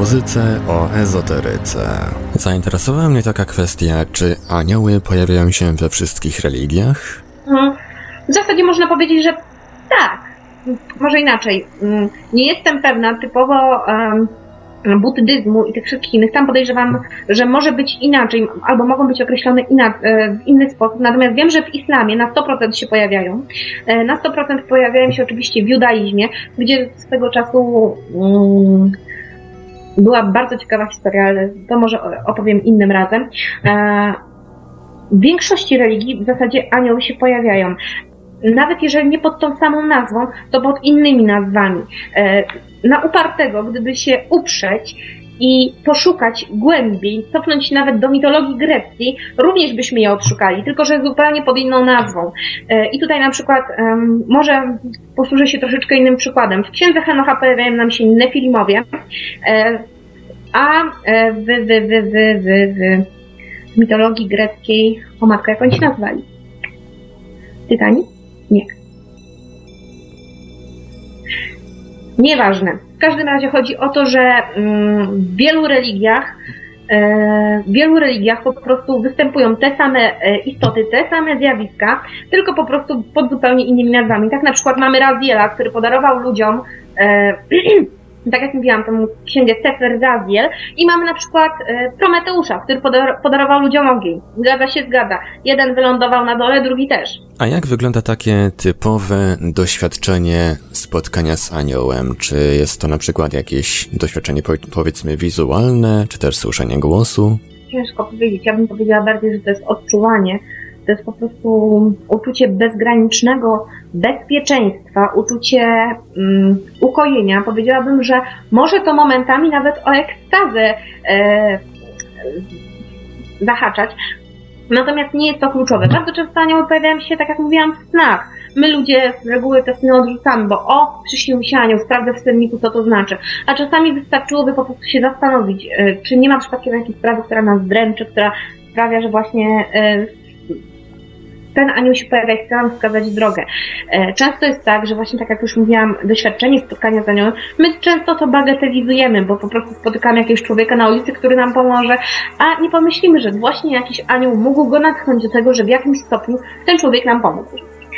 muzyce, o ezoteryce. Zainteresowała mnie taka kwestia, czy anioły pojawiają się we wszystkich religiach? W zasadzie można powiedzieć, że tak. Może inaczej. Nie jestem pewna typowo um, buddyzmu i tych wszystkich innych. Tam podejrzewam, że może być inaczej, albo mogą być określone ina- w inny sposób. Natomiast wiem, że w islamie na sto procent się pojawiają. Na sto procent pojawiają się oczywiście w judaizmie, gdzie swego czasu um, była bardzo ciekawa historia, ale to może opowiem innym razem. W większości religii w zasadzie anioły się pojawiają. Nawet jeżeli nie pod tą samą nazwą, to pod innymi nazwami. Na upartego, gdyby się uprzeć i poszukać głębiej, cofnąć się nawet do mitologii greckiej, również byśmy je odszukali, tylko że zupełnie pod inną nazwą. I tutaj na przykład może posłużę się troszeczkę innym przykładem. W księdze Henocha pojawiają nam się Nefilimowie, a w, w, w, w, w, w mitologii greckiej, o matko, jak oni się nazwali? Tytani? Nie. Nieważne. W każdym razie chodzi o to, że w wielu religiach w wielu religiach po prostu występują te same istoty, te same zjawiska, tylko po prostu pod zupełnie innymi nazwami. Tak na przykład mamy Raziela, który podarował ludziom tak jak mówiłam, tą księgę Sefer Raziel i mamy na przykład e, Prometeusza, który podar- podarował ludziom ogień. Zgadza się, zgadza. Jeden wylądował na dole, drugi też. A jak wygląda takie typowe doświadczenie spotkania z aniołem? Czy jest to na przykład jakieś doświadczenie po- powiedzmy wizualne, czy też słyszenie głosu? Ciężko powiedzieć. Ja bym powiedziała bardziej, że to jest odczuwanie. To jest po prostu uczucie bezgranicznego bezpieczeństwa, uczucie um, ukojenia. Powiedziałabym, że może to momentami nawet o ekstazę e, zahaczać. Natomiast nie jest to kluczowe. Bardzo często anioły pojawiają się, tak jak mówiłam, w snach. My ludzie z reguły te sny odrzucamy, bo o, przyśnił mi się anioł, sprawdzę w senniku, co to znaczy. A czasami wystarczyłoby po prostu się zastanowić, e, czy nie ma przypadkiem jakiejś sprawy, która nas dręczy, która sprawia, że właśnie e, ten anioł się pojawia i chce nam wskazać drogę. Często jest tak, że właśnie tak jak już mówiłam, doświadczenie spotkania z aniołem, my często to bagatelizujemy, bo po prostu spotykamy jakiegoś człowieka na ulicy, który nam pomoże, a nie pomyślimy, że właśnie jakiś anioł mógł go natchnąć do tego, że w jakimś stopniu ten człowiek nam pomógł.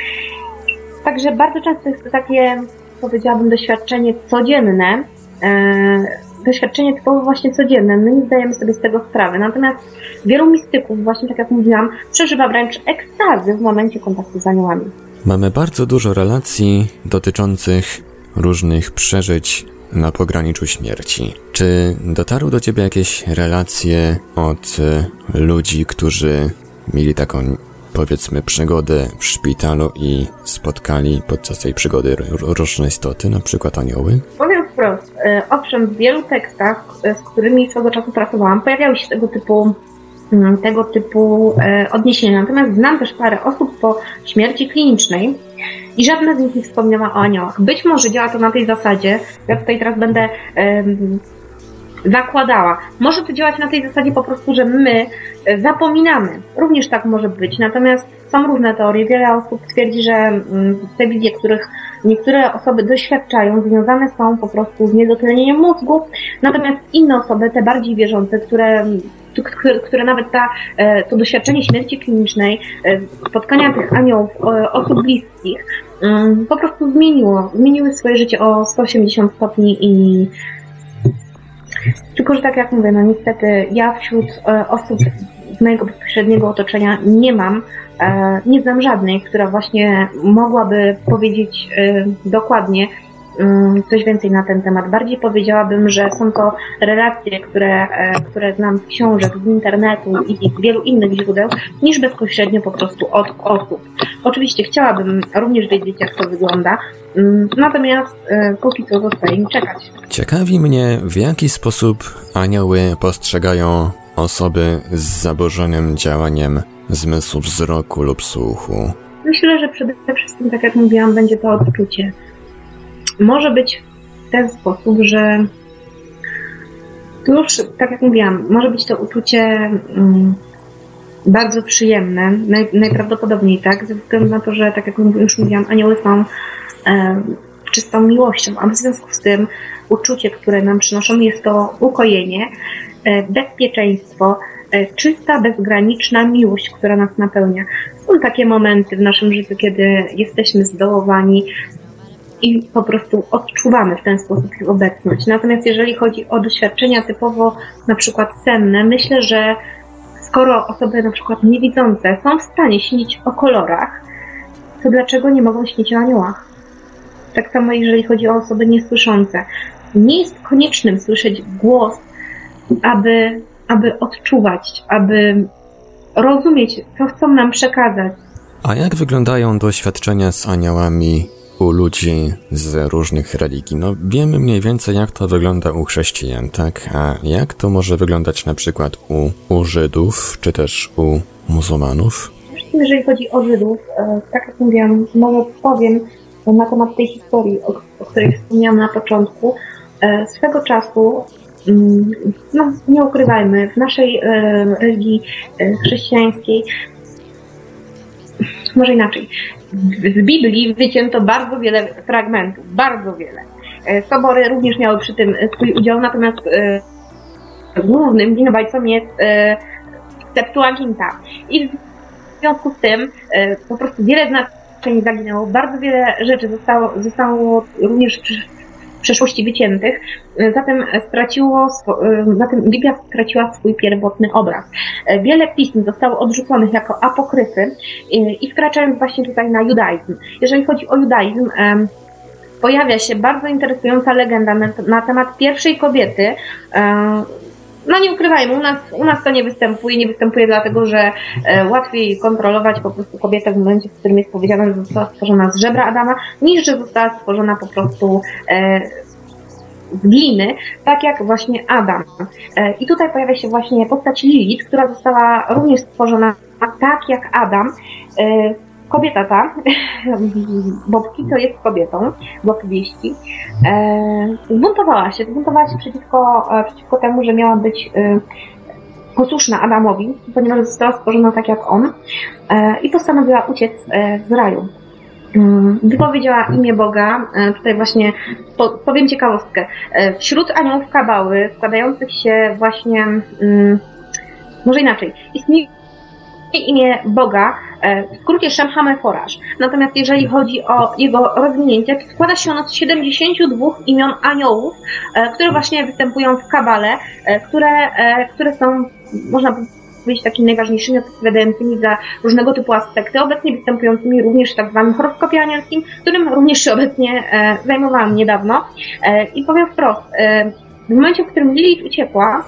Także bardzo często jest to takie, powiedziałabym, doświadczenie codzienne, doświadczenie typowo właśnie codzienne. My nie zdajemy sobie z tego sprawy. Natomiast wielu mistyków, właśnie tak jak mówiłam, przeżywa wręcz ekstazy w momencie kontaktu z aniołami. Mamy bardzo dużo relacji dotyczących różnych przeżyć na pograniczu śmierci. Czy dotarły do ciebie jakieś relacje od ludzi, którzy mieli taką, powiedzmy, przygodę w szpitalu i spotkali podczas tej przygody różne istoty, na przykład anioły? Powiem wprost, owszem, w wielu tekstach, z którymi swego czasu pracowałam, pojawiały się tego typu tego typu odniesienia. Natomiast znam też parę osób po śmierci klinicznej i żadna z nich nie wspomniała o aniołach. Być może działa to na tej zasadzie, ja tutaj teraz będę um, zakładała. Może to działać na tej zasadzie po prostu, że my zapominamy. Również tak może być. Natomiast są różne teorie. Wiele osób twierdzi, że te wizje, których niektóre osoby doświadczają, związane są po prostu z niedotlenieniem mózgu. Natomiast inne osoby, te bardziej wierzące, które Które, które nawet ta, to doświadczenie śmierci klinicznej, spotkania tych aniołów, osób bliskich, po prostu zmieniło, zmieniły swoje życie o sto osiemdziesiąt stopni i tylko, że tak jak mówię, no niestety ja wśród osób z mojego bezpośredniego otoczenia nie mam, nie znam żadnej, która właśnie mogłaby powiedzieć dokładnie coś więcej na ten temat. Bardziej powiedziałabym, że są to relacje, które, które znam z książek, z internetu i z wielu innych źródeł, niż bezpośrednio po prostu od osób. Oczywiście chciałabym również wiedzieć, jak to wygląda, natomiast póki co zostaje im czekać. Ciekawi mnie, w jaki sposób anioły postrzegają osoby z zaburzonym działaniem zmysłu wzroku lub słuchu. Myślę, że przede wszystkim, tak jak mówiłam, będzie to odczucie. Może być w ten sposób, że już, tak jak mówiłam, może być to uczucie um, bardzo przyjemne, naj, najprawdopodobniej tak, ze względu na to, że tak jak już mówiłam, anioły są, um, czystą miłością, a w związku z tym uczucie, które nam przynoszą, jest to ukojenie, bezpieczeństwo, czysta, bezgraniczna miłość, która nas napełnia. Są takie momenty w naszym życiu, kiedy jesteśmy zdołowani i po prostu odczuwamy w ten sposób ich obecność. Natomiast jeżeli chodzi o doświadczenia typowo na przykład senne, myślę, że skoro osoby na przykład niewidzące są w stanie śnić o kolorach, to dlaczego nie mogą śnić o aniołach? Tak samo jeżeli chodzi o osoby niesłyszące. Nie jest koniecznym słyszeć głos, aby, aby odczuwać, aby rozumieć, co chcą nam przekazać. A jak wyglądają doświadczenia z aniołami u ludzi z różnych religii? No wiemy mniej więcej, jak to wygląda u chrześcijan, tak? A jak to może wyglądać na przykład u, u Żydów, czy też u muzułmanów? Jeżeli chodzi o Żydów, tak jak mówiłam, może powiem na temat tej historii, o, o której wspomniałam na początku. Swego czasu, no nie ukrywajmy, w naszej religii chrześcijańskiej, może inaczej, z Biblii wycięto bardzo wiele fragmentów, bardzo wiele. Sobory również miały przy tym swój udział, natomiast głównym winowajcą jest Septuaginta. I w związku z tym po prostu wiele znaczeń zaginęło, bardzo wiele rzeczy zostało, zostało również w przeszłości wyciętych, zatem straciło, zatem Biblia straciła swój pierwotny obraz. Wiele pism zostało odrzuconych jako apokryfy i wkraczając właśnie tutaj na judaizm. Jeżeli chodzi o judaizm, pojawia się bardzo interesująca legenda na, na temat pierwszej kobiety. No nie ukrywajmy, u nas, u nas to nie występuje, nie występuje dlatego, że e, łatwiej kontrolować po prostu kobietę w momencie, w którym jest powiedziane, że została stworzona z żebra Adama, niż że została stworzona po prostu e, z gliny, tak jak właśnie Adam. E, I tutaj pojawia się właśnie postać Lilith, która została również stworzona tak jak Adam. E, Kobieta ta, Bobki, to jest kobietą w opowieści, e, zbuntowała się, zbuntowała się przeciwko, przeciwko temu, że miała być e, posłuszna Adamowi, ponieważ została stworzona tak jak on e, i postanowiła uciec e, z raju. E, wypowiedziała imię Boga, e, tutaj właśnie po, powiem ciekawostkę, e, wśród aniołów Kabały składających się właśnie, mm, może inaczej, istnieje imię Boga, w skrócie Shemhameforash. Natomiast jeżeli chodzi o jego rozwinięcie, składa się ono z siedemdziesięciu dwóch imion aniołów, które właśnie występują w Kabale, które, które są, można powiedzieć, takimi najważniejszymi, odpowiadającymi za różnego typu aspekty, obecnie występującymi również w tak zwanym horoskopie anielskim, którym również się obecnie zajmowałam niedawno. I powiem wprost, w momencie, w którym Lilith uciekła,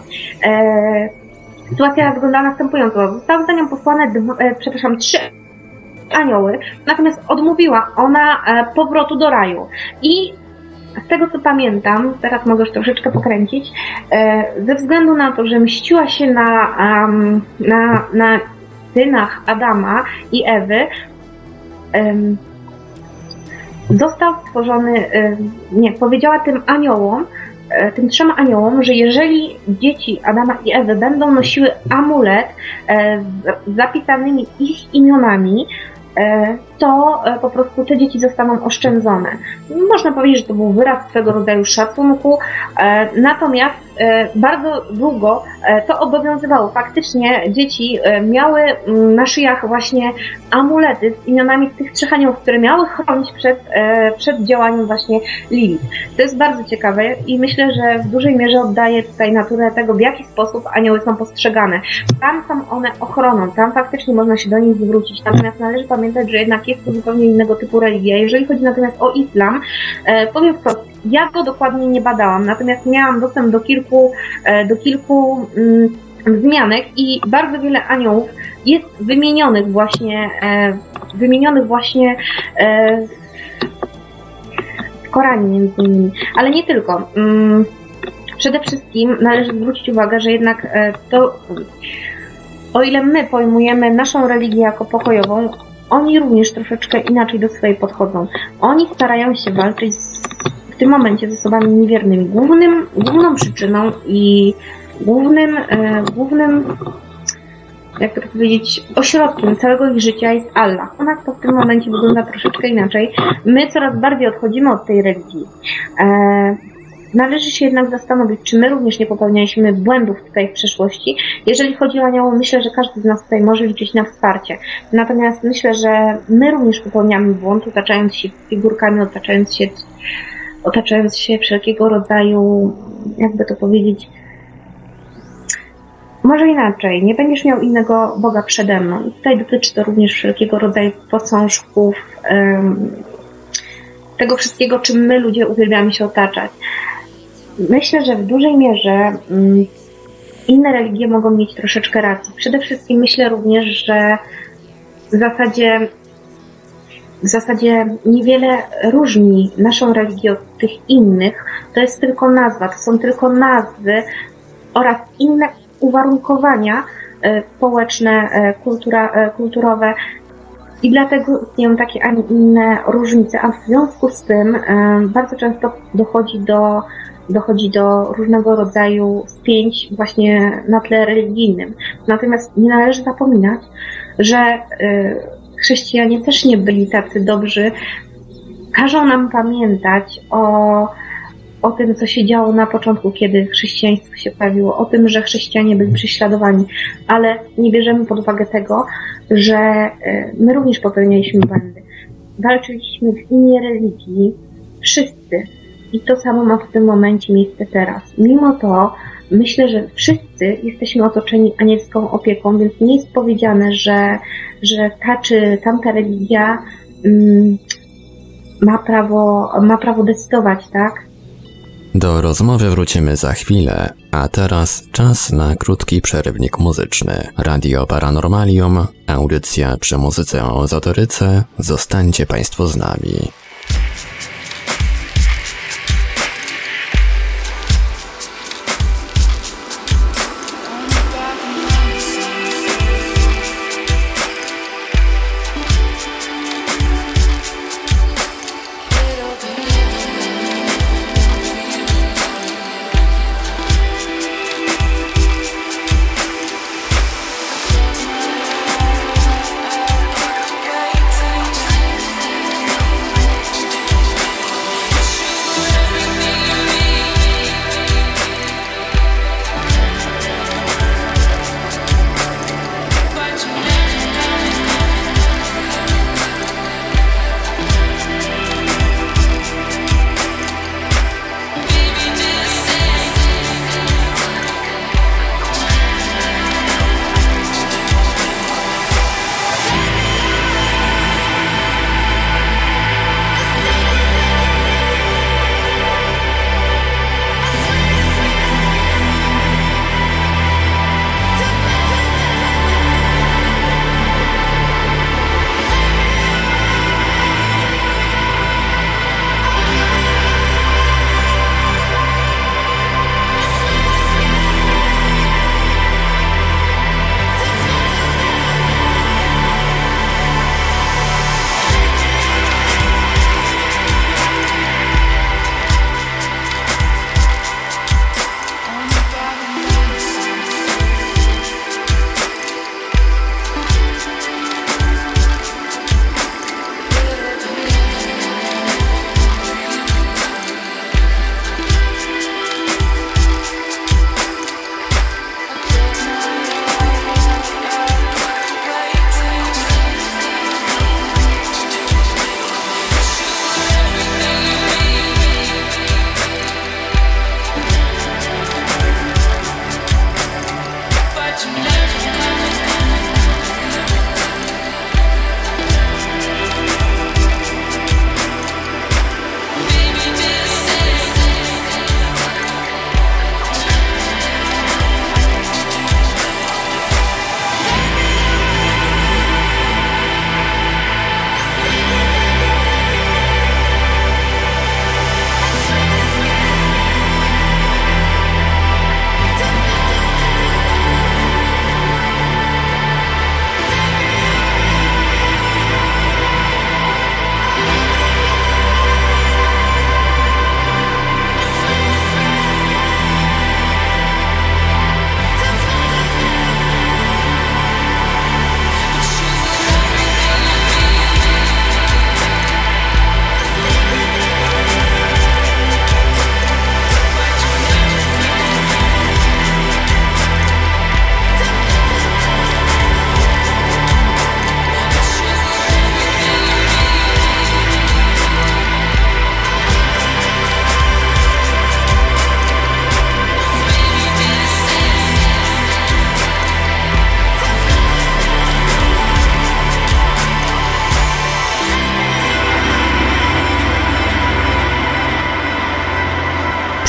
sytuacja wyglądała następująco. Zostały za nią posłane, dwa, e, przepraszam, trzy anioły, natomiast odmówiła ona e, powrotu do raju. I z tego co pamiętam, teraz mogę już troszeczkę pokręcić, e, ze względu na to, że mściła się na, um, na, na synach Adama i Ewy, um, został stworzony, e, nie, powiedziała tym aniołom, tym trzem aniołom, że jeżeli dzieci Adama i Ewy będą nosiły amulet z zapisanymi ich imionami, to po prostu te dzieci zostaną oszczędzone. Można powiedzieć, że to był wyraz swego rodzaju szacunku, natomiast bardzo długo to obowiązywało. Faktycznie dzieci miały na szyjach właśnie amulety z imionami tych trzech aniołów, które miały chronić przed, przed działaniem właśnie Lilith. To jest bardzo ciekawe i myślę, że w dużej mierze oddaje tutaj naturę tego, w jaki sposób anioły są postrzegane. Tam są one ochroną, tam faktycznie można się do nich zwrócić, natomiast należy pamiętać, że jednak jest to zupełnie innego typu religia. Jeżeli chodzi natomiast o islam, powiem wprost, ja go dokładnie nie badałam, natomiast miałam dostęp do kilku, do kilku mm, wzmianek i bardzo wiele aniołów jest wymienionych właśnie, wymienionych właśnie w Koranie między innymi, ale nie tylko. Przede wszystkim należy zwrócić uwagę, że jednak to, o ile my pojmujemy naszą religię jako pokojową, oni również troszeczkę inaczej do swojej podchodzą. Oni starają się walczyć w tym momencie z osobami niewiernymi. Głównym, główną przyczyną i głównym, e, głównym jakby to powiedzieć, ośrodkiem całego ich życia jest Allah. U nas to w tym momencie wygląda troszeczkę inaczej. My coraz bardziej odchodzimy od tej religii. E, Należy się jednak zastanowić, czy my również nie popełnialiśmy błędów tutaj w przeszłości. Jeżeli chodzi o anioły, myślę, że każdy z nas tutaj może liczyć na wsparcie. Natomiast myślę, że my również popełniamy błąd, otaczając się figurkami, otaczając się, otaczając się wszelkiego rodzaju, jakby to powiedzieć, może inaczej, nie będziesz miał innego Boga przede mną. I tutaj dotyczy to również wszelkiego rodzaju posążków, um, tego wszystkiego, czym my ludzie uwielbiamy się otaczać. Myślę, że w dużej mierze um, inne religie mogą mieć troszeczkę racji. Przede wszystkim myślę również, że w zasadzie, w zasadzie niewiele różni naszą religię od tych innych. To jest tylko nazwa, to są tylko nazwy oraz inne uwarunkowania e, społeczne, e, kultura, e, kulturowe i dlatego istnieją takie, a nie inne różnice, a w związku z tym e, bardzo często dochodzi do, dochodzi do różnego rodzaju spięć właśnie na tle religijnym. Natomiast nie należy zapominać, że e, chrześcijanie też nie byli tacy dobrzy. Każą nam pamiętać o o tym, co się działo na początku, kiedy chrześcijaństwo się pojawiło, o tym, że chrześcijanie byli prześladowani, ale nie bierzemy pod uwagę tego, że my również popełnialiśmy błędy. Walczyliśmy w imię religii wszyscy i to samo ma w tym momencie miejsce teraz. Mimo to myślę, że wszyscy jesteśmy otoczeni anielską opieką, więc nie jest powiedziane, że, że ta czy tamta religia mm, ma prawo, ma prawo decydować, tak? Do rozmowy wrócimy za chwilę, a teraz czas na krótki przerywnik muzyczny. Radio Paranormalium, audycja przy muzyce o ezoteryce. Zostańcie Państwo z nami. Waiting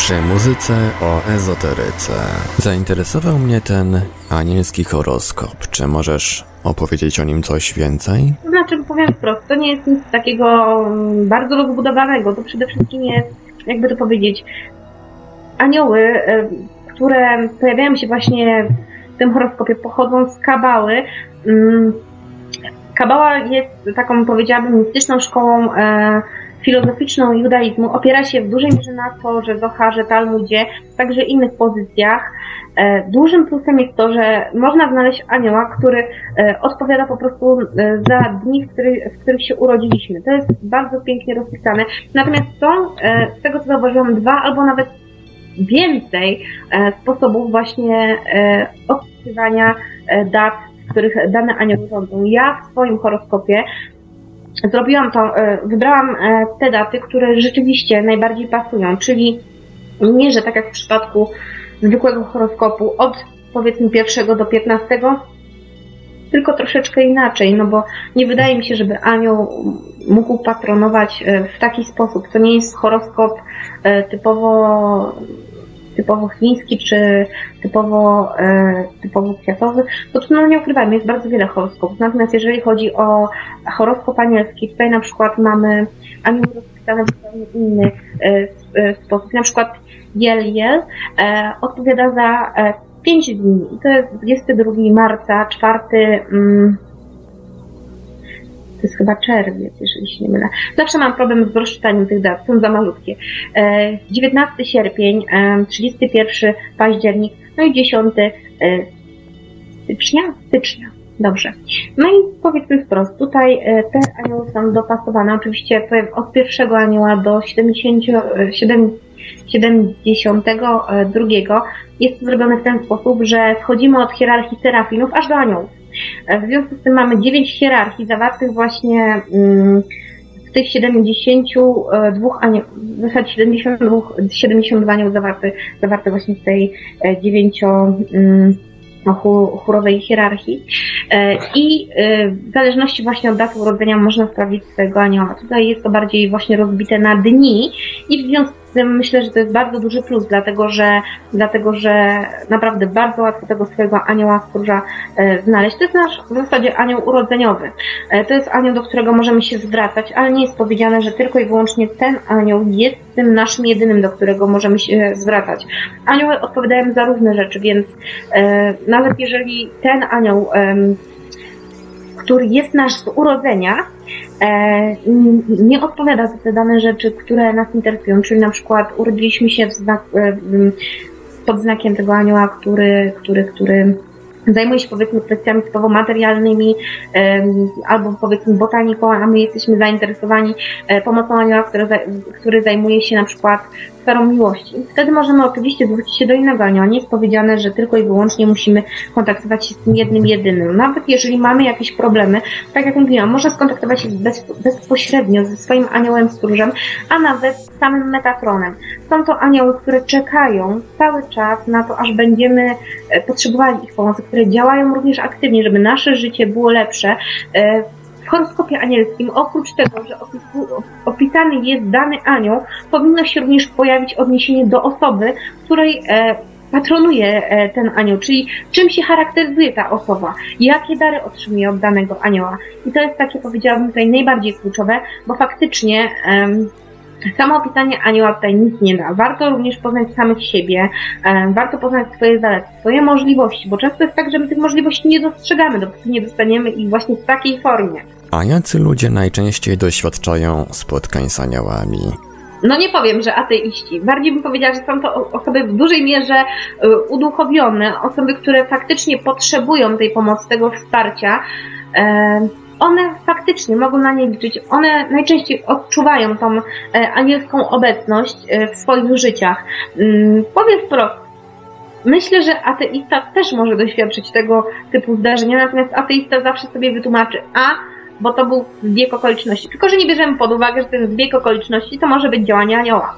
Przy muzyce o ezoteryce. Zainteresował mnie ten anielski horoskop. Czy możesz opowiedzieć o nim coś więcej? To znaczy, powiem wprost, to nie jest nic takiego bardzo rozbudowanego. To przede wszystkim jest, jakby to powiedzieć, anioły, które pojawiają się właśnie w tym horoskopie, pochodzą z Kabały. Kabała jest taką, powiedziałabym, mistyczną szkołą e, filozoficzną judaizmu. Opiera się w dużej mierze na to, że Zoharze, Talmudzie, także innych pozycjach. E, dużym plusem jest to, że można znaleźć anioła, który e, odpowiada po prostu e, za dni, w, który, w których się urodziliśmy. To jest bardzo pięknie rozpisane. Natomiast są, e, z tego co zauważyłam, dwa albo nawet więcej e, sposobów właśnie e, odczytywania e, dat, w których dane anioły rządzą. Ja w swoim horoskopie zrobiłam to, wybrałam te daty, które rzeczywiście najbardziej pasują, czyli nie, że tak jak w przypadku zwykłego horoskopu od powiedzmy pierwszego do piętnastego, tylko troszeczkę inaczej, no bo nie wydaje mi się, żeby anioł mógł patronować w taki sposób. To nie jest horoskop typowo typowo chiński, czy typowo, e, typowo kwiatowy, to tu no nie ukrywajmy, jest bardzo wiele horoskopów. Natomiast jeżeli chodzi o horoskop anielski, tutaj na przykład mamy anioł rozpisany w zupełnie inny e, e, sposób. Na przykład Jel Jel e, odpowiada za e, pięć dni i to jest dwudziestego drugiego marca, czwarty mm, to jest chyba czerwiec, jeżeli się nie mylę. Zawsze mam problem z rozczytaniem tych dat, są za malutkie. dziewiętnastego sierpień, trzydziestego pierwszego październik, no i dziesiątego stycznia? Stycznia, dobrze. No i powiedzmy wprost, tutaj te anioły są dopasowane, oczywiście od pierwszego anioła do siedemdziesiątego drugiego jest to zrobione w ten sposób, że schodzimy od hierarchii serafinów aż do aniołów. W związku z tym mamy dziewięć hierarchii zawartych właśnie w tych siedemdziesięciu dwóch aniołów, w zasadzie siedemdziesiąt dwa, siedemdziesiąt dwa anioł zawarte, zawarte właśnie w tej dziewięcio chórowej hierarchii i w zależności właśnie od daty urodzenia można sprawdzić swojego anioła. Tutaj jest to bardziej właśnie rozbite na dni i w związku z tym myślę, że to jest bardzo duży plus, dlatego że, dlatego, że naprawdę bardzo łatwo tego swojego anioła stróża znaleźć. To jest nasz w zasadzie anioł urodzeniowy. To jest anioł, do którego możemy się zwracać, ale nie jest powiedziane, że tylko i wyłącznie ten anioł jest tym naszym jedynym, do którego możemy się zwracać. Anioły odpowiadają za różne rzeczy, więc nawet jeżeli ten anioł, który jest nasz z urodzenia, nie odpowiada za te dane rzeczy, które nas interesują, czyli na przykład urodziliśmy się w znak, pod znakiem tego anioła, który, który, który zajmuje się powiedzmy kwestiami typowo materialnymi albo powiedzmy botaniką, a my jesteśmy zainteresowani pomocą anioła, który, który zajmuje się na przykład sferą miłości. Wtedy możemy oczywiście zwrócić się do innego anioła. Nie jest powiedziane, że tylko i wyłącznie musimy kontaktować się z tym jednym, jedynym. Nawet jeżeli mamy jakieś problemy, tak jak mówiłam, można skontaktować się bez, bezpośrednio ze swoim aniołem stróżem, a nawet z samym Metatronem. Są to anioły, które czekają cały czas na to, aż będziemy potrzebowali ich pomocy, które działają również aktywnie, żeby nasze życie było lepsze. W horoskopie anielskim, oprócz tego, że opisany jest dany anioł, powinno się również pojawić odniesienie do osoby, której patronuje ten anioł, czyli czym się charakteryzuje ta osoba, jakie dary otrzymuje od danego anioła. I to jest takie, powiedziałabym, tutaj najbardziej kluczowe, bo faktycznie um, samo opisanie anioła tutaj nic nie da. Warto również poznać samych siebie, um, warto poznać swoje zalety, swoje możliwości, bo często jest tak, że my tych możliwości nie dostrzegamy, dopóki nie dostaniemy ich właśnie w takiej formie. A jacy ludzie najczęściej doświadczają spotkań z aniołami? No nie powiem, że ateiści. Bardziej bym powiedziała, że są to osoby w dużej mierze uduchowione, osoby, które faktycznie potrzebują tej pomocy, tego wsparcia. One faktycznie mogą na nie liczyć. One najczęściej odczuwają tą anielską obecność w swoich życiach. Powiem wprost, myślę, że ateista też może doświadczyć tego typu zdarzenia, natomiast ateista zawsze sobie wytłumaczy, a bo to był zbieg okoliczności. Tylko że nie bierzemy pod uwagę, że ten zbieg okoliczności to może być działanie anioła.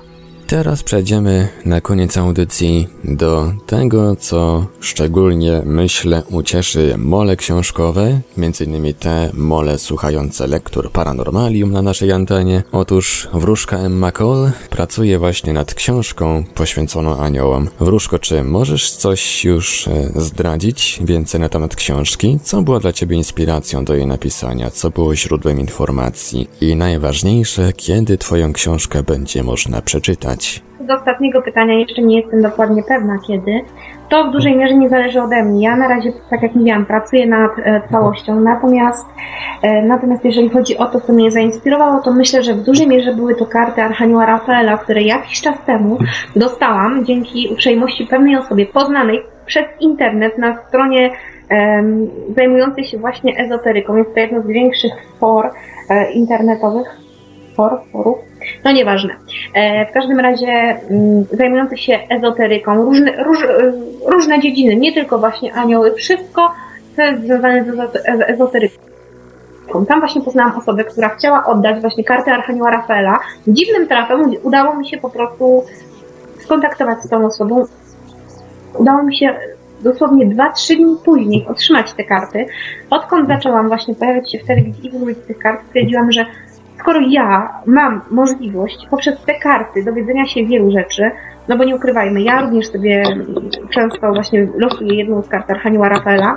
Teraz przejdziemy na koniec audycji do tego, co szczególnie, myślę, ucieszy mole książkowe, między innymi te mole słuchające lektur Paranormalium na naszej antenie. Otóż wróżka Emma Cole pracuje właśnie nad książką poświęconą aniołom. Wróżko, czy możesz coś już zdradzić więcej na temat książki? Co było dla Ciebie inspiracją do jej napisania? Co było źródłem informacji? I najważniejsze, kiedy Twoją książkę będzie można przeczytać? Do ostatniego pytania jeszcze nie jestem dokładnie pewna kiedy. To w dużej mierze nie zależy ode mnie. Ja na razie, tak jak mówiłam, pracuję nad e, całością, natomiast e, natomiast jeżeli chodzi o to, co mnie zainspirowało, to myślę, że w dużej mierze były to karty Archanioła Rafaela, które jakiś czas temu dostałam dzięki uprzejmości pewnej osobie poznanej przez internet na stronie e, zajmującej się właśnie ezoteryką. Jest to jedno z większych for e, internetowych. For, forów? No nieważne. E, w każdym razie m, zajmujących się ezoteryką, różne, róż, różne dziedziny, nie tylko właśnie anioły, wszystko, co jest związane z, z ezoteryką. Tam właśnie poznałam osobę, która chciała oddać właśnie kartę Archanioła Rafaela. Dziwnym trafem udało mi się po prostu skontaktować z tą osobą. Udało mi się dosłownie dwa trzy dni później otrzymać te karty. Odkąd zaczęłam właśnie pojawiać się w telewizji i użyć tych kart, stwierdziłam, że skoro ja mam możliwość poprzez te karty dowiedzenia się wielu rzeczy, no bo nie ukrywajmy, ja również sobie często właśnie losuję jedną z kart Archanioła Rafaela,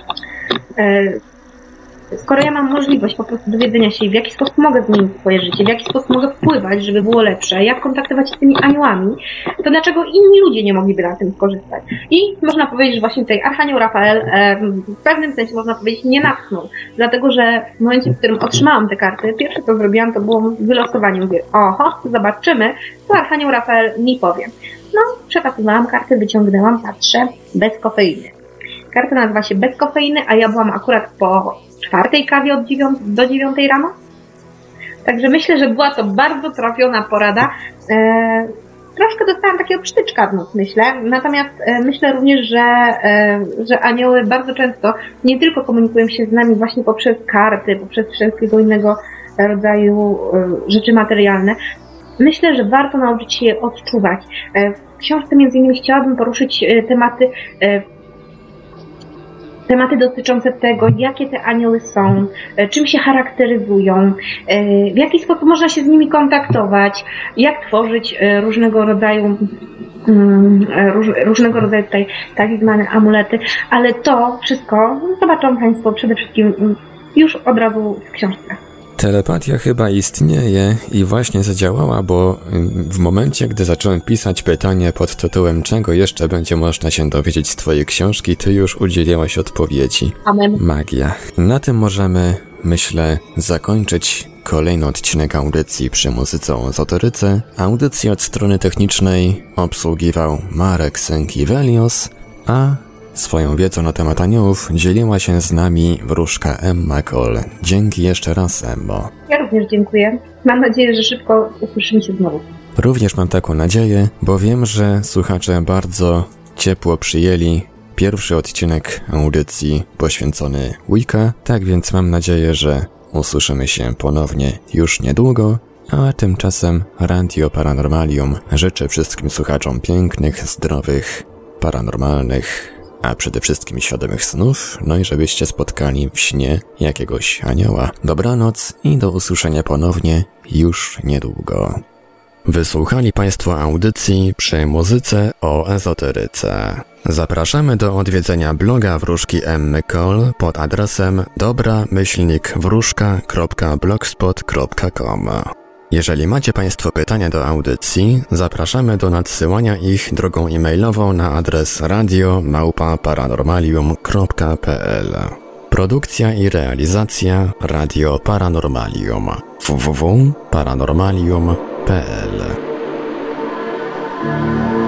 skoro ja mam możliwość po prostu dowiedzenia się, w jaki sposób mogę zmienić swoje życie, w jaki sposób mogę wpływać, żeby było lepsze, jak kontaktować się z tymi aniołami, to dlaczego inni ludzie nie mogliby na tym skorzystać? I można powiedzieć, że właśnie tutaj Archanioł Rafael w pewnym sensie, można powiedzieć, nie natchnął, dlatego że w momencie, w którym otrzymałam te karty, pierwsze co zrobiłam, to było wylosowanie. Mówię, oho, zobaczymy, co Archanioł Rafael mi powie. No, przetapowałam karty, wyciągnęłam, patrzę, bez kofeiny. Karta nazywa się bez kofeiny, a ja byłam akurat po czwartej kawie od dziewiątej do dziewiątej rano. Także myślę, że była to bardzo trafiona porada. E, troszkę dostałam takiego psztyczka w nos, myślę. Natomiast e, myślę również, że, e, że anioły bardzo często nie tylko komunikują się z nami właśnie poprzez karty, poprzez wszelkiego innego rodzaju e, rzeczy materialne. Myślę, że warto nauczyć się je odczuwać. E, w książce między innymi chciałabym poruszyć e, tematy e, Tematy dotyczące tego, jakie te anioły są, czym się charakteryzują, w jaki sposób można się z nimi kontaktować, jak tworzyć różnego rodzaju róż, różnego rodzaju tutaj talizmany, amulety, ale to wszystko zobaczą Państwo przede wszystkim już od razu w książce. Telepatia chyba istnieje i właśnie zadziałała, bo w momencie, gdy zacząłem pisać pytanie pod tytułem czego jeszcze będzie można się dowiedzieć z Twojej książki, Ty już udzieliłaś odpowiedzi. Amen. Magia. Na tym możemy, myślę, zakończyć kolejny odcinek audycji przy muzyce o ezoteryce. Audycję od strony technicznej obsługiwał Marek Sękiewelios, a swoją wiedzą na temat aniołów dzieliła się z nami wróżka Emma Cole. Dzięki jeszcze raz, Emmo. Ja również dziękuję. Mam nadzieję, że szybko usłyszymy się znowu. Również mam taką nadzieję, bo wiem, że słuchacze bardzo ciepło przyjęli pierwszy odcinek audycji poświęcony Wicca, tak więc mam nadzieję, że usłyszymy się ponownie już niedługo, a tymczasem Radio Paranormalium życzę wszystkim słuchaczom pięknych, zdrowych, paranormalnych, a przede wszystkim świadomych snów, no i żebyście spotkali w śnie jakiegoś anioła. Dobranoc i do usłyszenia ponownie już niedługo. Wysłuchali Państwo audycji przy muzyce o ezoteryce. Zapraszamy do odwiedzenia bloga wróżki Emmy Cole pod adresem dobra myślnik wróżka kropka blogspot kropka com. Jeżeli macie Państwo pytania do audycji, zapraszamy do nadsyłania ich drogą e-mailową na adres radio małpa paranormalium kropka p l. Produkcja i realizacja Radio Paranormalium w w w kropka paranormalium kropka p l.